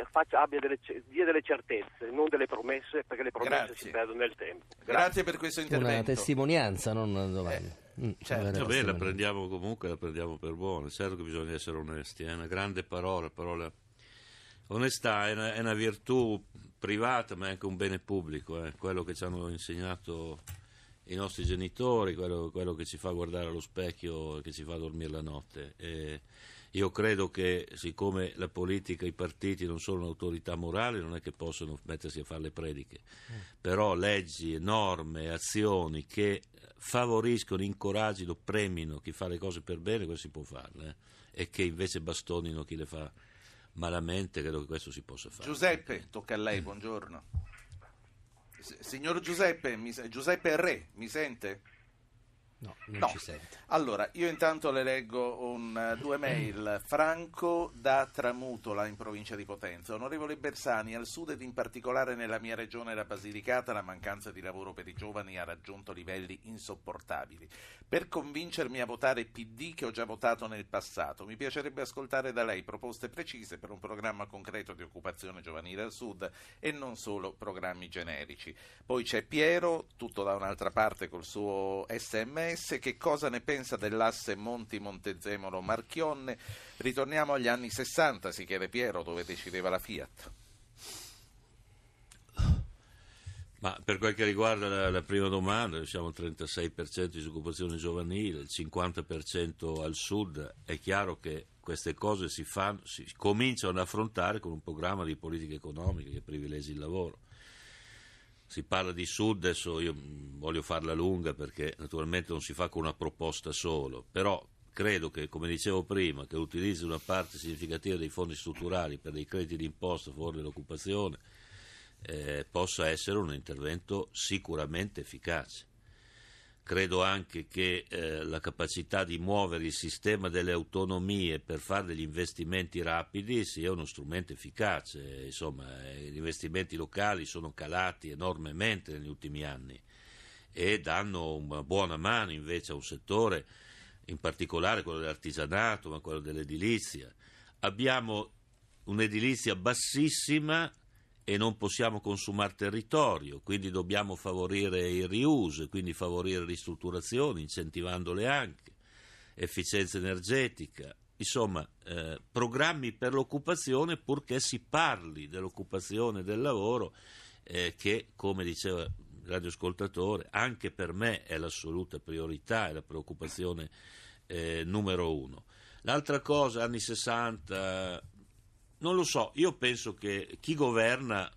dia delle certezze, non delle promesse, perché le promesse si perdono nel tempo. Grazie per questo intervento. Una testimonianza, non una domanda. Vabbè, la prendiamo per buona. Certo che bisogna essere onesti, è una grande parola. Onestà è una virtù privata, ma è anche un bene pubblico, quello che ci hanno insegnato i nostri genitori, quello che ci fa guardare allo specchio e che ci fa dormire la notte. Io credo che, siccome la politica, i partiti non sono un'autorità morale, non è che possono mettersi a fare le prediche, però leggi, norme, azioni che favoriscono, incoraggino, premino chi fa le cose per bene, questo si può farle, e che invece bastonino chi le fa malamente, credo che questo si possa fare. Giuseppe, tocca a lei, buongiorno. Signor Giuseppe, Giuseppe Re, mi sente? No, ci sente. Allora, io intanto le leggo due mail. Franco da Tramutola, in provincia di Potenza. Onorevole Bersani, al sud ed in particolare nella mia regione, la Basilicata, la mancanza di lavoro per i giovani ha raggiunto livelli insopportabili. Per convincermi a votare PD, che ho già votato nel passato, mi piacerebbe ascoltare da lei proposte precise per un programma concreto di occupazione giovanile al sud e non solo programmi generici. Poi c'è Piero, tutto da un'altra parte col suo SMS. Che cosa ne pensa dell'asse Monti-Montezemolo-Marchionne? Ritorniamo agli anni 60, si chiede Piero, dove decideva la Fiat. Ma per quel che riguarda la prima domanda, siamo al 36% di disoccupazione giovanile, il 50% al sud. È chiaro che queste cose si cominciano ad affrontare con un programma di politica economica che privilegi il lavoro. Si parla di sud, adesso io voglio farla lunga perché naturalmente non si fa con una proposta solo, però credo che, come dicevo prima, che l'utilizzo di una parte significativa dei fondi strutturali per dei crediti d'imposta a favore dell'occupazione possa essere un intervento sicuramente efficace. Credo anche che la capacità di muovere il sistema delle autonomie per fare degli investimenti rapidi sia uno strumento efficace. Insomma, gli investimenti locali sono calati enormemente negli ultimi anni e danno una buona mano invece a un settore, in particolare quello dell'artigianato, ma quello dell'edilizia. Abbiamo un'edilizia bassissima e non possiamo consumare territorio, quindi dobbiamo favorire il riuso, quindi favorire ristrutturazioni, incentivandole anche, efficienza energetica, insomma programmi per l'occupazione, purché si parli dell'occupazione e del lavoro, che, come diceva il radioascoltatore, anche per me è l'assoluta priorità e la preoccupazione numero uno. L'altra cosa, anni 60... Non lo so, io penso che chi governa,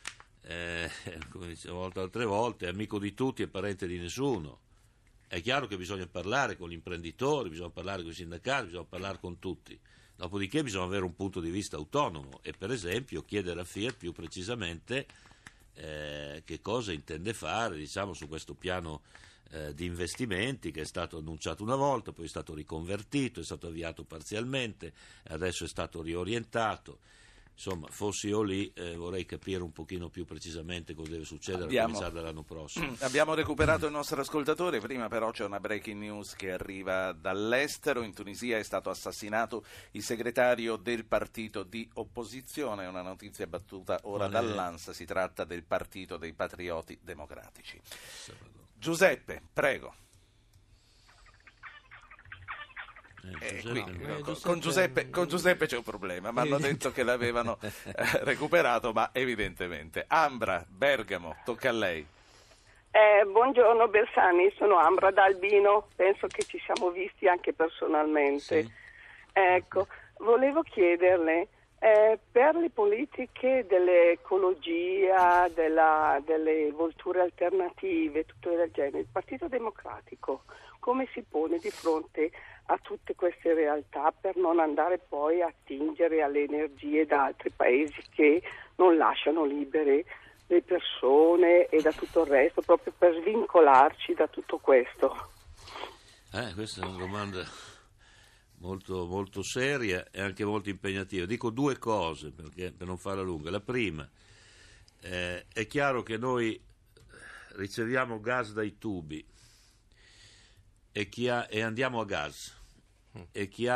come dicevo altre volte, è amico di tutti e parente di nessuno. È chiaro che bisogna parlare con gli imprenditori, bisogna parlare con i sindacati, bisogna parlare con tutti. Dopodiché bisogna avere un punto di vista autonomo e, per esempio, chiedere a Fiat più precisamente che cosa intende fare, diciamo, su questo piano di investimenti che è stato annunciato una volta, poi è stato riconvertito, è stato avviato parzialmente, adesso è stato riorientato. Insomma, fossi io lì vorrei capire un pochino più precisamente cosa deve succedere a cominciare dall'anno prossimo. Abbiamo recuperato il nostro ascoltatore, prima però c'è una breaking news che arriva dall'estero. In Tunisia è stato assassinato il segretario del partito di opposizione, è una notizia battuta ora dall'ANSA, si tratta del Partito dei Patrioti Democratici. Giuseppe, prego. Con Giuseppe c'è un problema, mi hanno detto che l'avevano recuperato, ma evidentemente. Ambra, Bergamo, tocca a lei. Buongiorno Bersani, sono Ambra da Albino, penso che ci siamo visti anche personalmente. Sì. Ecco, volevo chiederle Per le politiche dell'ecologia, delle volture alternative, tutto del genere, il Partito Democratico come si pone di fronte a tutte queste realtà per non andare poi a attingere alle energie da altri paesi che non lasciano libere le persone e da tutto il resto, proprio per svincolarci da tutto questo? Questa è una domanda molto, molto seria e anche molto impegnativa. Dico due cose per non farla lunga. La prima, è chiaro che noi riceviamo gas dai tubi e andiamo a gas, e chi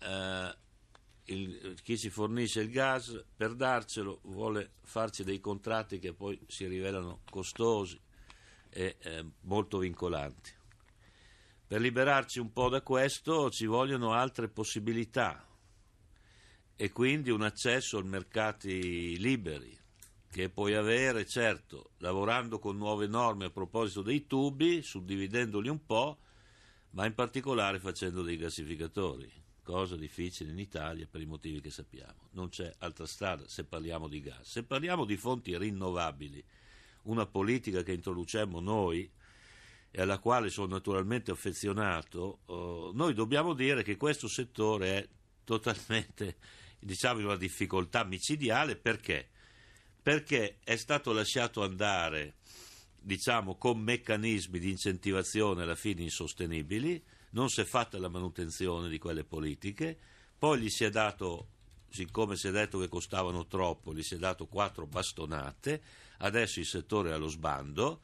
ci fornisce il gas per darcelo vuole farci dei contratti che poi si rivelano costosi e molto vincolanti. Per liberarci un po' da questo ci vogliono altre possibilità e quindi un accesso ai mercati liberi che puoi avere, certo, lavorando con nuove norme a proposito dei tubi, suddividendoli un po', ma in particolare facendo dei gassificatori, cosa difficile in Italia per i motivi che sappiamo. Non c'è altra strada se parliamo di gas. Se parliamo di fonti rinnovabili, una politica che introducemmo noi e alla quale sono naturalmente affezionato, noi dobbiamo dire che questo settore è totalmente, diciamo, in una difficoltà micidiale. Perché? Perché è stato lasciato andare, diciamo, con meccanismi di incentivazione alla fine insostenibili, non si è fatta la manutenzione di quelle politiche, poi gli si è dato, siccome si è detto che costavano troppo, gli si è dato 4 bastonate, adesso il settore è allo sbando.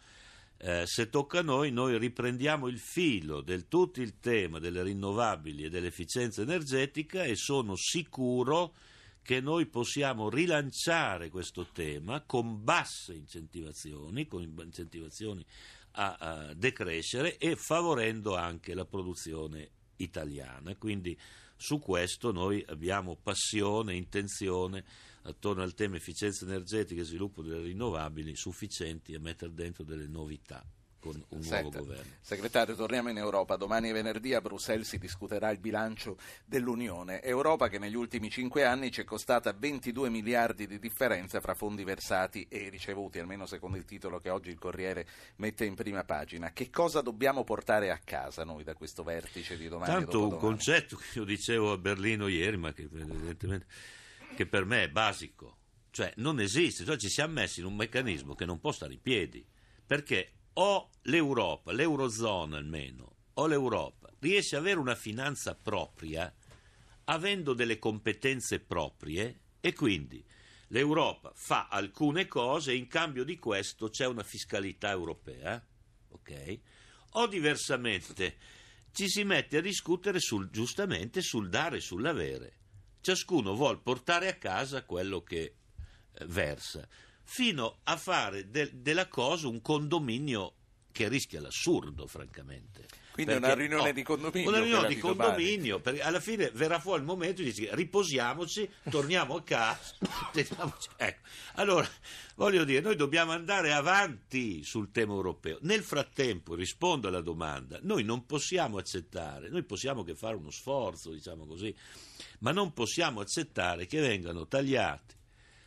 Se tocca a noi riprendiamo il filo del tutto il tema delle rinnovabili e dell'efficienza energetica e sono sicuro che noi possiamo rilanciare questo tema con basse incentivazioni, con incentivazioni a decrescere e favorendo anche la produzione italiana. Quindi su questo noi abbiamo passione, intenzione attorno al tema efficienza energetica e sviluppo delle rinnovabili sufficienti a mettere dentro delle novità con un nuovo governo. Segretario, torniamo in Europa. Domani e venerdì a Bruxelles si discuterà il bilancio dell'Unione. Europa che negli ultimi 5 anni ci è costata 22 miliardi di differenza fra fondi versati e ricevuti, almeno secondo il titolo che oggi il Corriere mette in prima pagina. Che cosa dobbiamo portare a casa noi da questo vertice di domani? Tanto un concetto che io dicevo a Berlino ieri, ma che evidentemente che per me è basico, cioè non esiste, cioè ci siamo messi in un meccanismo che non può stare in piedi, perché o l'Europa, l'Eurozona almeno, o l'Europa riesce ad avere una finanza propria, avendo delle competenze proprie, e quindi l'Europa fa alcune cose e in cambio di questo c'è una fiscalità europea, ok? O diversamente ci si mette a discutere giustamente sul dare e sull'avere. Ciascuno vuol portare a casa quello che versa, fino a fare della cosa un condominio che rischia l'assurdo, francamente. Quindi una riunione di condominio. Una riunione di condominio, perché alla fine verrà fuori il momento di dire riposiamoci, torniamo a casa. Ecco. Allora, voglio dire, noi dobbiamo andare avanti sul tema europeo. Nel frattempo, rispondo alla domanda, noi non possiamo accettare, noi possiamo che fare uno sforzo, diciamo così, ma non possiamo accettare che vengano tagliati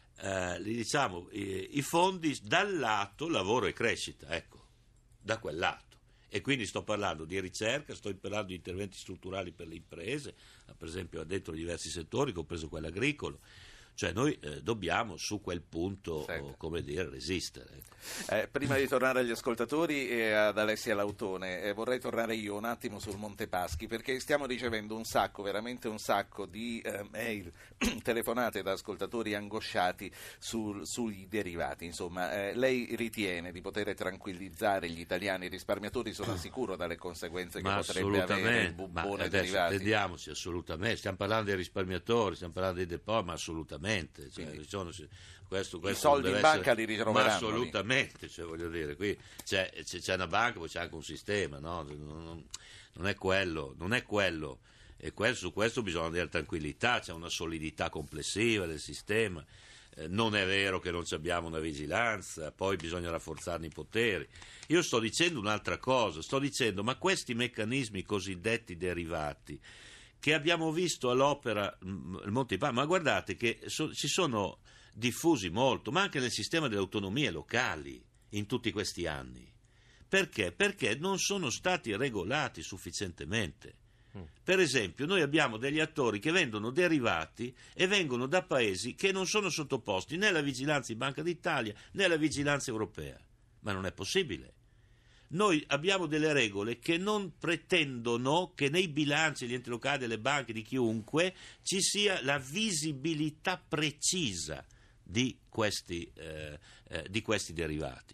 i fondi dal lato lavoro e crescita, ecco, da quel lato. E quindi sto parlando di ricerca, sto parlando di interventi strutturali per le imprese, per esempio dentro diversi settori, compreso quello agricolo. Cioè noi dobbiamo su quel punto, come dire, resistere. Prima di tornare agli ascoltatori e ad Alessia Lautone, vorrei tornare io un attimo sul Montepaschi, perché stiamo ricevendo veramente un sacco di mail, telefonate da ascoltatori angosciati sui derivati. Insomma, lei ritiene di poter tranquillizzare gli italiani, i risparmiatori sono sicuro dalle conseguenze che potrebbe avere il bubbone derivati? Vediamoci, assolutamente. Stiamo parlando dei risparmiatori, stiamo parlando dei depositi, ma assolutamente. Cioè, questo i soldi in banca li ritroveranno. Ma assolutamente, cioè, voglio dire, qui c'è una banca, poi c'è anche un sistema, no? Non è quello. E su questo bisogna avere tranquillità, c'è una solidità complessiva del sistema. Non è vero che non abbiamo una vigilanza, poi bisogna rafforzarne i poteri. Io sto dicendo un'altra cosa, ma questi meccanismi cosiddetti derivati, che abbiamo visto all'opera il Monte dei Paschi, ma guardate che si sono diffusi molto, ma anche nel sistema delle autonomie locali in tutti questi anni. Perché? Perché non sono stati regolati sufficientemente. Per esempio, noi abbiamo degli attori che vendono derivati e vengono da paesi che non sono sottoposti né alla vigilanza di Banca d'Italia né alla vigilanza europea. Ma non è possibile. Noi abbiamo delle regole che non pretendono che nei bilanci degli enti locali, delle banche, di chiunque, ci sia la visibilità precisa di questi derivati.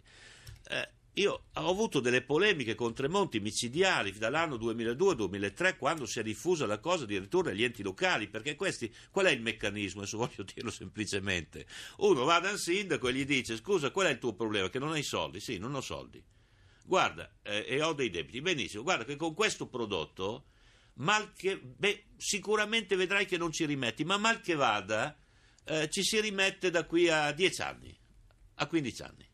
Io ho avuto delle polemiche con Tremonti micidiali dall'anno 2002-2003, quando si è diffusa la cosa addirittura agli enti locali, perché qual è il meccanismo? Adesso voglio dirlo semplicemente. Uno va da un sindaco e gli dice: scusa, qual è il tuo problema? Che non hai soldi? Sì, non ho soldi. Guarda, e ho dei debiti. Benissimo, guarda che con questo prodotto sicuramente vedrai che non ci rimetti, ma mal che vada ci si rimette da qui a 10 anni, a 15 anni.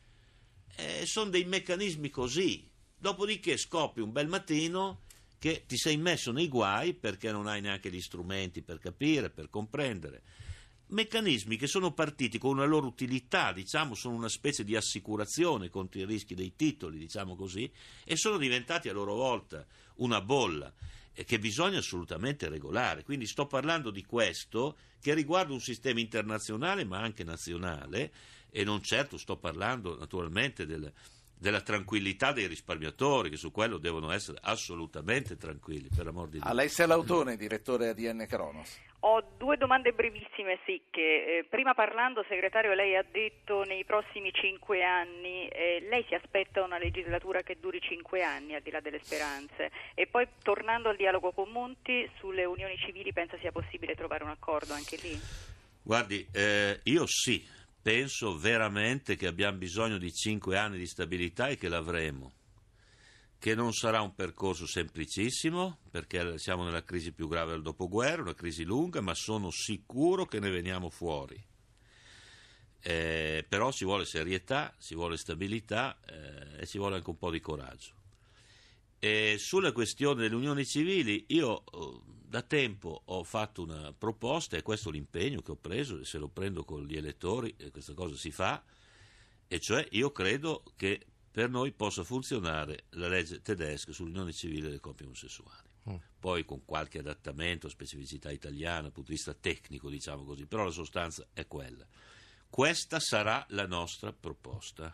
Sono dei meccanismi così. Dopodiché scopri un bel mattino che ti sei messo nei guai perché non hai neanche gli strumenti per capire, per comprendere. Meccanismi che sono partiti con una loro utilità, diciamo, sono una specie di assicurazione contro i rischi dei titoli, diciamo così, e sono diventati a loro volta una bolla che bisogna assolutamente regolare. Quindi sto parlando di questo che riguarda un sistema internazionale ma anche nazionale, e non certo sto parlando naturalmente della tranquillità dei risparmiatori, che su quello devono essere assolutamente tranquilli, per amor di Dio. Alessia Lautone, direttore ADN Cronos. Ho due domande brevissime, secche. Prima parlando, segretario, lei ha detto nei prossimi 5 anni, lei si aspetta una legislatura che duri 5 anni, al di là delle speranze. E poi, tornando al dialogo con Monti, sulle unioni civili pensa sia possibile trovare un accordo anche lì? Guardi, io sì. Penso veramente che abbiamo bisogno di 5 anni di stabilità e che l'avremo, che non sarà un percorso semplicissimo perché siamo nella crisi più grave del dopoguerra, una crisi lunga, ma sono sicuro che ne veniamo fuori. Però ci vuole serietà, ci vuole stabilità e ci vuole anche un po' di coraggio. E sulla questione delle unioni civili, io da tempo ho fatto una proposta, e questo è l'impegno che ho preso, e se lo prendo con gli elettori questa cosa si fa, e cioè io credo che per noi possa funzionare la legge tedesca sull'unione civile delle coppie omosessuali. Poi con qualche adattamento, specificità italiana, dal punto di vista tecnico, diciamo così, però la sostanza è quella. Questa sarà la nostra proposta.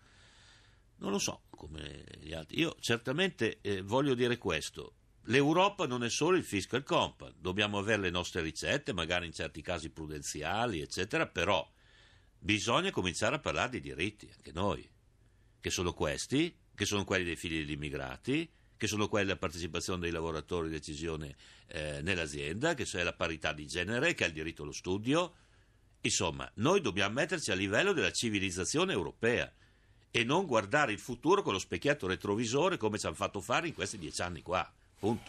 Non lo so come gli altri. Io certamente voglio dire questo: l'Europa non è solo il fiscal compact, dobbiamo avere le nostre ricette, magari in certi casi prudenziali, eccetera, però bisogna cominciare a parlare di diritti, anche noi, che sono questi, che sono quelli dei figli degli immigrati, che sono quelli della partecipazione dei lavoratori di decisione nell'azienda, che è la parità di genere, che è il diritto allo studio. Insomma, noi dobbiamo metterci a livello della civilizzazione europea e non guardare il futuro con lo specchietto retrovisore come ci hanno fatto fare in questi 10 anni qua, punto.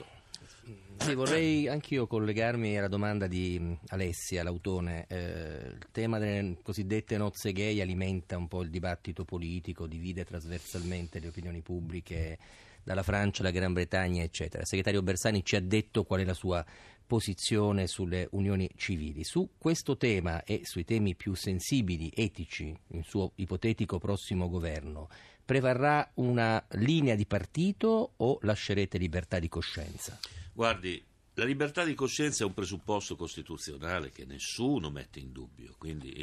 Sì, vorrei anch'io collegarmi alla domanda di Alessia Lautone. Il tema delle cosiddette nozze gay alimenta un po' il dibattito politico, divide trasversalmente le opinioni pubbliche dalla Francia alla Gran Bretagna, eccetera. Il segretario Bersani ci ha detto qual è la sua posizione sulle unioni civili. Su questo tema e sui temi più sensibili, etici, il suo ipotetico prossimo governo, prevarrà una linea di partito o lascerete libertà di coscienza? Guardi, la libertà di coscienza è un presupposto costituzionale che nessuno mette in dubbio, quindi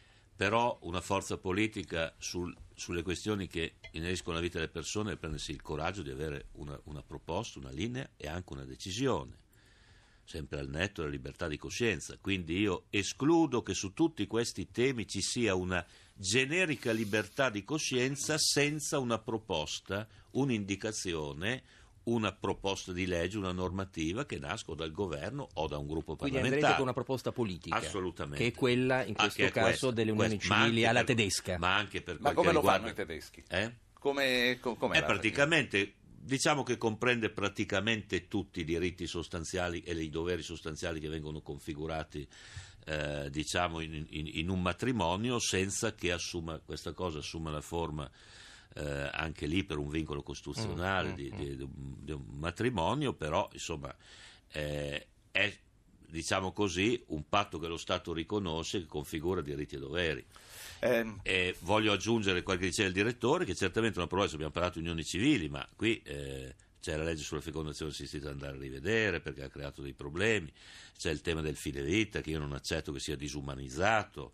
però una forza politica sulle questioni che ineriscono la vita delle persone deve prendersi il coraggio di avere una proposta, una linea e anche una decisione, sempre al netto della libertà di coscienza. Quindi io escludo che su tutti questi temi ci sia una generica libertà di coscienza senza una proposta, un'indicazione, una proposta di legge, una normativa che nasca dal governo o da un gruppo parlamentare. Quindi andrete con una proposta politica, assolutamente, che è quella in questo caso delle unioni civili alla tedesca. Ma anche per ma come lo fanno i tedeschi? Come praticamente, diciamo che comprende praticamente tutti i diritti sostanziali e i doveri sostanziali che vengono configurati diciamo in un matrimonio, senza che questa cosa assuma la forma anche lì per un vincolo costituzionale di un matrimonio, però insomma è, diciamo così, un patto che lo Stato riconosce, che configura diritti e doveri. E voglio aggiungere quel che diceva il direttore, che certamente una promessa, abbiamo parlato di unioni civili, ma qui c'è la legge sulla fecondazione assistita da andare a rivedere perché ha creato dei problemi, c'è il tema del fine vita che io non accetto che sia disumanizzato,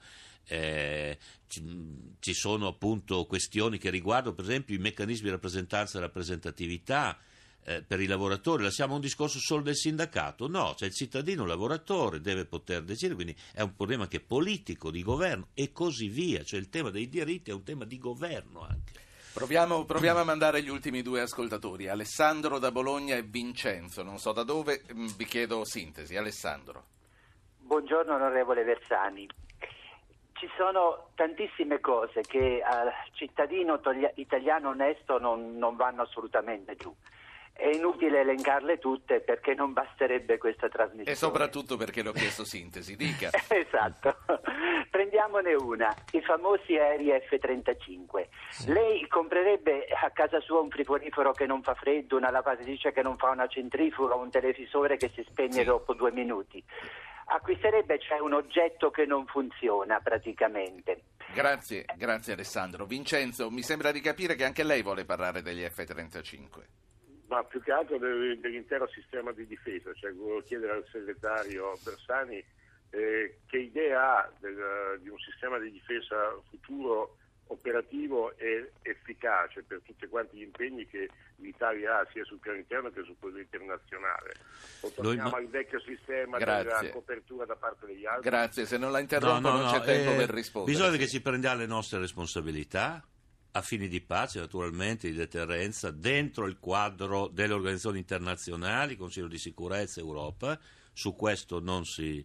ci sono appunto questioni che riguardano per esempio i meccanismi di rappresentanza e rappresentatività per i lavoratori. Lasciamo un discorso solo del sindacato? No, c'è il cittadino lavoratore, deve poter decidere, quindi è un problema che è politico, di governo e così via, cioè il tema dei diritti è un tema di governo anche. Proviamo a mandare gli ultimi due ascoltatori, Alessandro da Bologna e Vincenzo, non so da dove, vi chiedo sintesi. Alessandro. Buongiorno onorevole Bersani. Ci sono tantissime cose che al cittadino italiano onesto non vanno assolutamente giù. È inutile elencarle tutte perché non basterebbe questa trasmissione. E soprattutto perché l'ho chiesto sintesi, dica. Esatto. Prendiamone una, i famosi aerei F-35. Sì. Lei comprerebbe a casa sua un frigorifero che non fa freddo, una lavatrice che non fa una centrifuga, un televisore che si spegne dopo 2 minuti. Acquisterebbe un oggetto che non funziona praticamente. Grazie Alessandro. Vincenzo, mi sembra di capire che anche lei vuole parlare degli F-35. Ma più che altro dell'intero sistema di difesa, volevo chiedere al segretario Bersani che idea ha di un sistema di difesa futuro, operativo e efficace per tutti quanti gli impegni che l'Italia ha sia sul piano interno che sul piano internazionale. O torniamo al vecchio sistema della copertura da parte degli altri? Grazie, se non la interrompo non c'è tempo per rispondere. Bisogna che ci prendiamo le nostre responsabilità a fini di pace, naturalmente, di deterrenza, dentro il quadro delle organizzazioni internazionali, Consiglio di sicurezza, Europa. Su questo non ci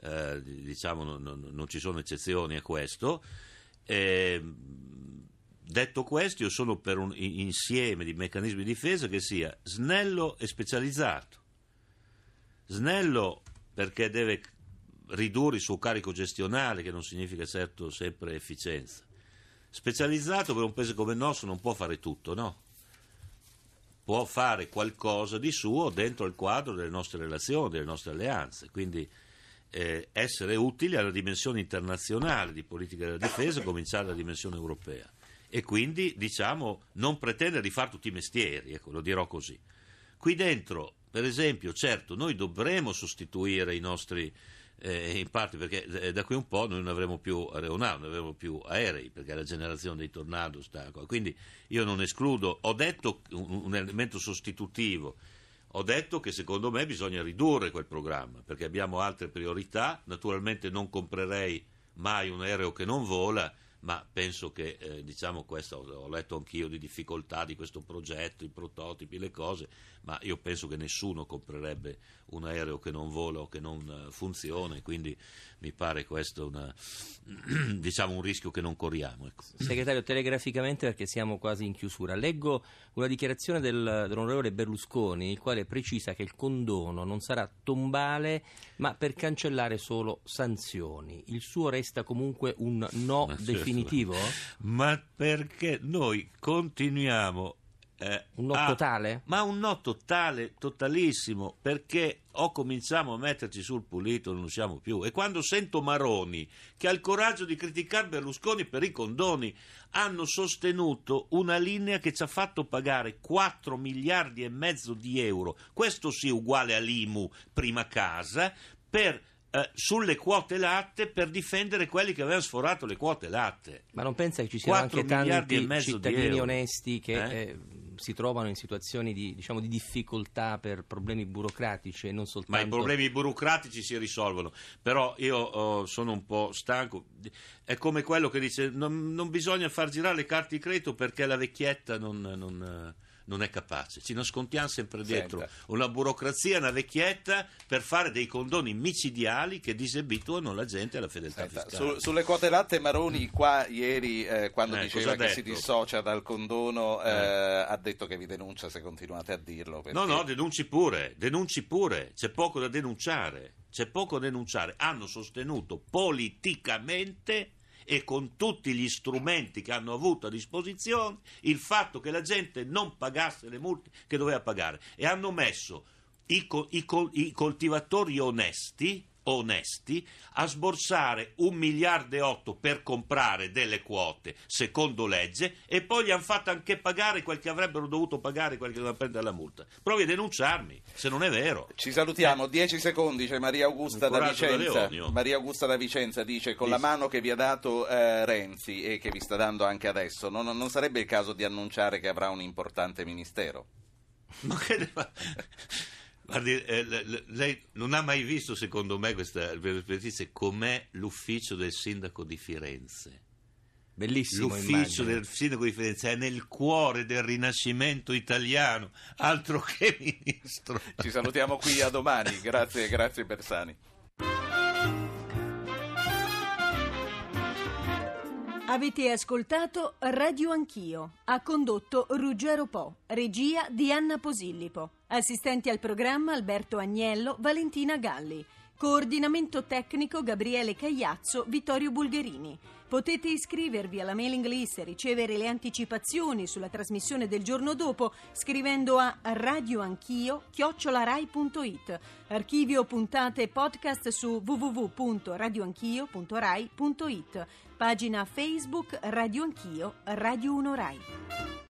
sono eccezioni a questo. Detto questo, io sono per un insieme di meccanismi di difesa che sia snello e specializzato. Snello perché deve ridurre il suo carico gestionale, che non significa certo sempre efficienza. Specializzato per un paese come il nostro non può fare tutto, no? Può fare qualcosa di suo dentro il quadro delle nostre relazioni, delle nostre alleanze, quindi essere utili alla dimensione internazionale di politica della difesa, cominciare dalla dimensione europea e quindi non pretendere di fare tutti i mestieri, lo dirò così. Qui dentro, per esempio, certo, noi dovremo sostituire i nostri in parte perché da qui un po' noi non avremo più aeronavi, non avremo più aerei perché la generazione dei Tornado sta qua. Quindi io non escludo, ho detto un elemento sostitutivo, ho detto che secondo me bisogna ridurre quel programma perché abbiamo altre priorità. Naturalmente non comprerei mai un aereo che non vola, ma penso che questo ho letto anch'io di difficoltà di questo progetto, i prototipi, le cose, ma io penso che nessuno comprerebbe un aereo che non vola o che non funziona, quindi mi pare questo un rischio che non corriamo. Ecco. Segretario, telegraficamente perché siamo quasi in chiusura, leggo una dichiarazione dell'onorevole Berlusconi, il quale precisa che il condono non sarà tombale ma per cancellare solo sanzioni. Il suo resta comunque un no definitivo? Ma perché noi continuiamo un no totale? Ma un no totale, totalissimo, perché o cominciamo a metterci sul pulito non usciamo più. E quando sento Maroni che ha il coraggio di criticare Berlusconi per i condoni, hanno sostenuto una linea che ci ha fatto pagare 4 miliardi e mezzo di euro, questo sì uguale all'IMU prima casa, per sulle quote latte per difendere quelli che avevano sforato le quote latte. Ma non pensa che ci siano anche tanti cittadini onesti che si trovano in situazioni di difficoltà per problemi burocratici e non soltanto... Ma i problemi burocratici si risolvono, però io sono un po' stanco. È come quello che dice non bisogna far girare le carte di credito perché la vecchietta non è capace. Ci nascondiamo sempre dietro una burocrazia, una vecchietta per fare dei condoni micidiali che disabituano la gente alla fedeltà fiscale. Sulle quote latte Maroni qua ieri quando diceva che si dissocia dal condono ha detto che vi denuncia se continuate a dirlo. Perché... No, denunci pure, c'è poco da denunciare. Hanno sostenuto politicamente e con tutti gli strumenti che hanno avuto a disposizione il fatto che la gente non pagasse le multe che doveva pagare e hanno messo i coltivatori onesti a sborsare 1,8 miliardi per comprare delle quote secondo legge, e poi gli hanno fatto anche pagare quel che avrebbero dovuto pagare, quel che doveva prendere la multa. Provi a denunciarmi se non è vero. Ci salutiamo, 10 secondi, c'è Maria Augusta da Vicenza. Maria Augusta da Vicenza dice: con la mano che vi ha dato Renzi e che vi sta dando anche adesso, non sarebbe il caso di annunciare che avrà un importante ministero? Ma che Guardi, lei non ha mai visto, secondo me, questa com'è l'ufficio del sindaco di Firenze. Bellissimo. L'ufficio del sindaco di Firenze è nel cuore del Rinascimento italiano, altro che ministro. Ci salutiamo qui, a domani. Grazie Bersani. Avete ascoltato Radio Anch'io. Ha condotto Ruggero Po, regia di Anna Posillipo. Assistenti al programma Alberto Agnello, Valentina Galli. Coordinamento tecnico Gabriele Cagliazzo, Vittorio Bulgherini. Potete iscrivervi alla mailing list e ricevere le anticipazioni sulla trasmissione del giorno dopo scrivendo a radioanchio@rai.it. Archivio puntate e podcast su www.radioanchio.rai.it. Pagina Facebook Radio Anch'io, Radio 1 Rai.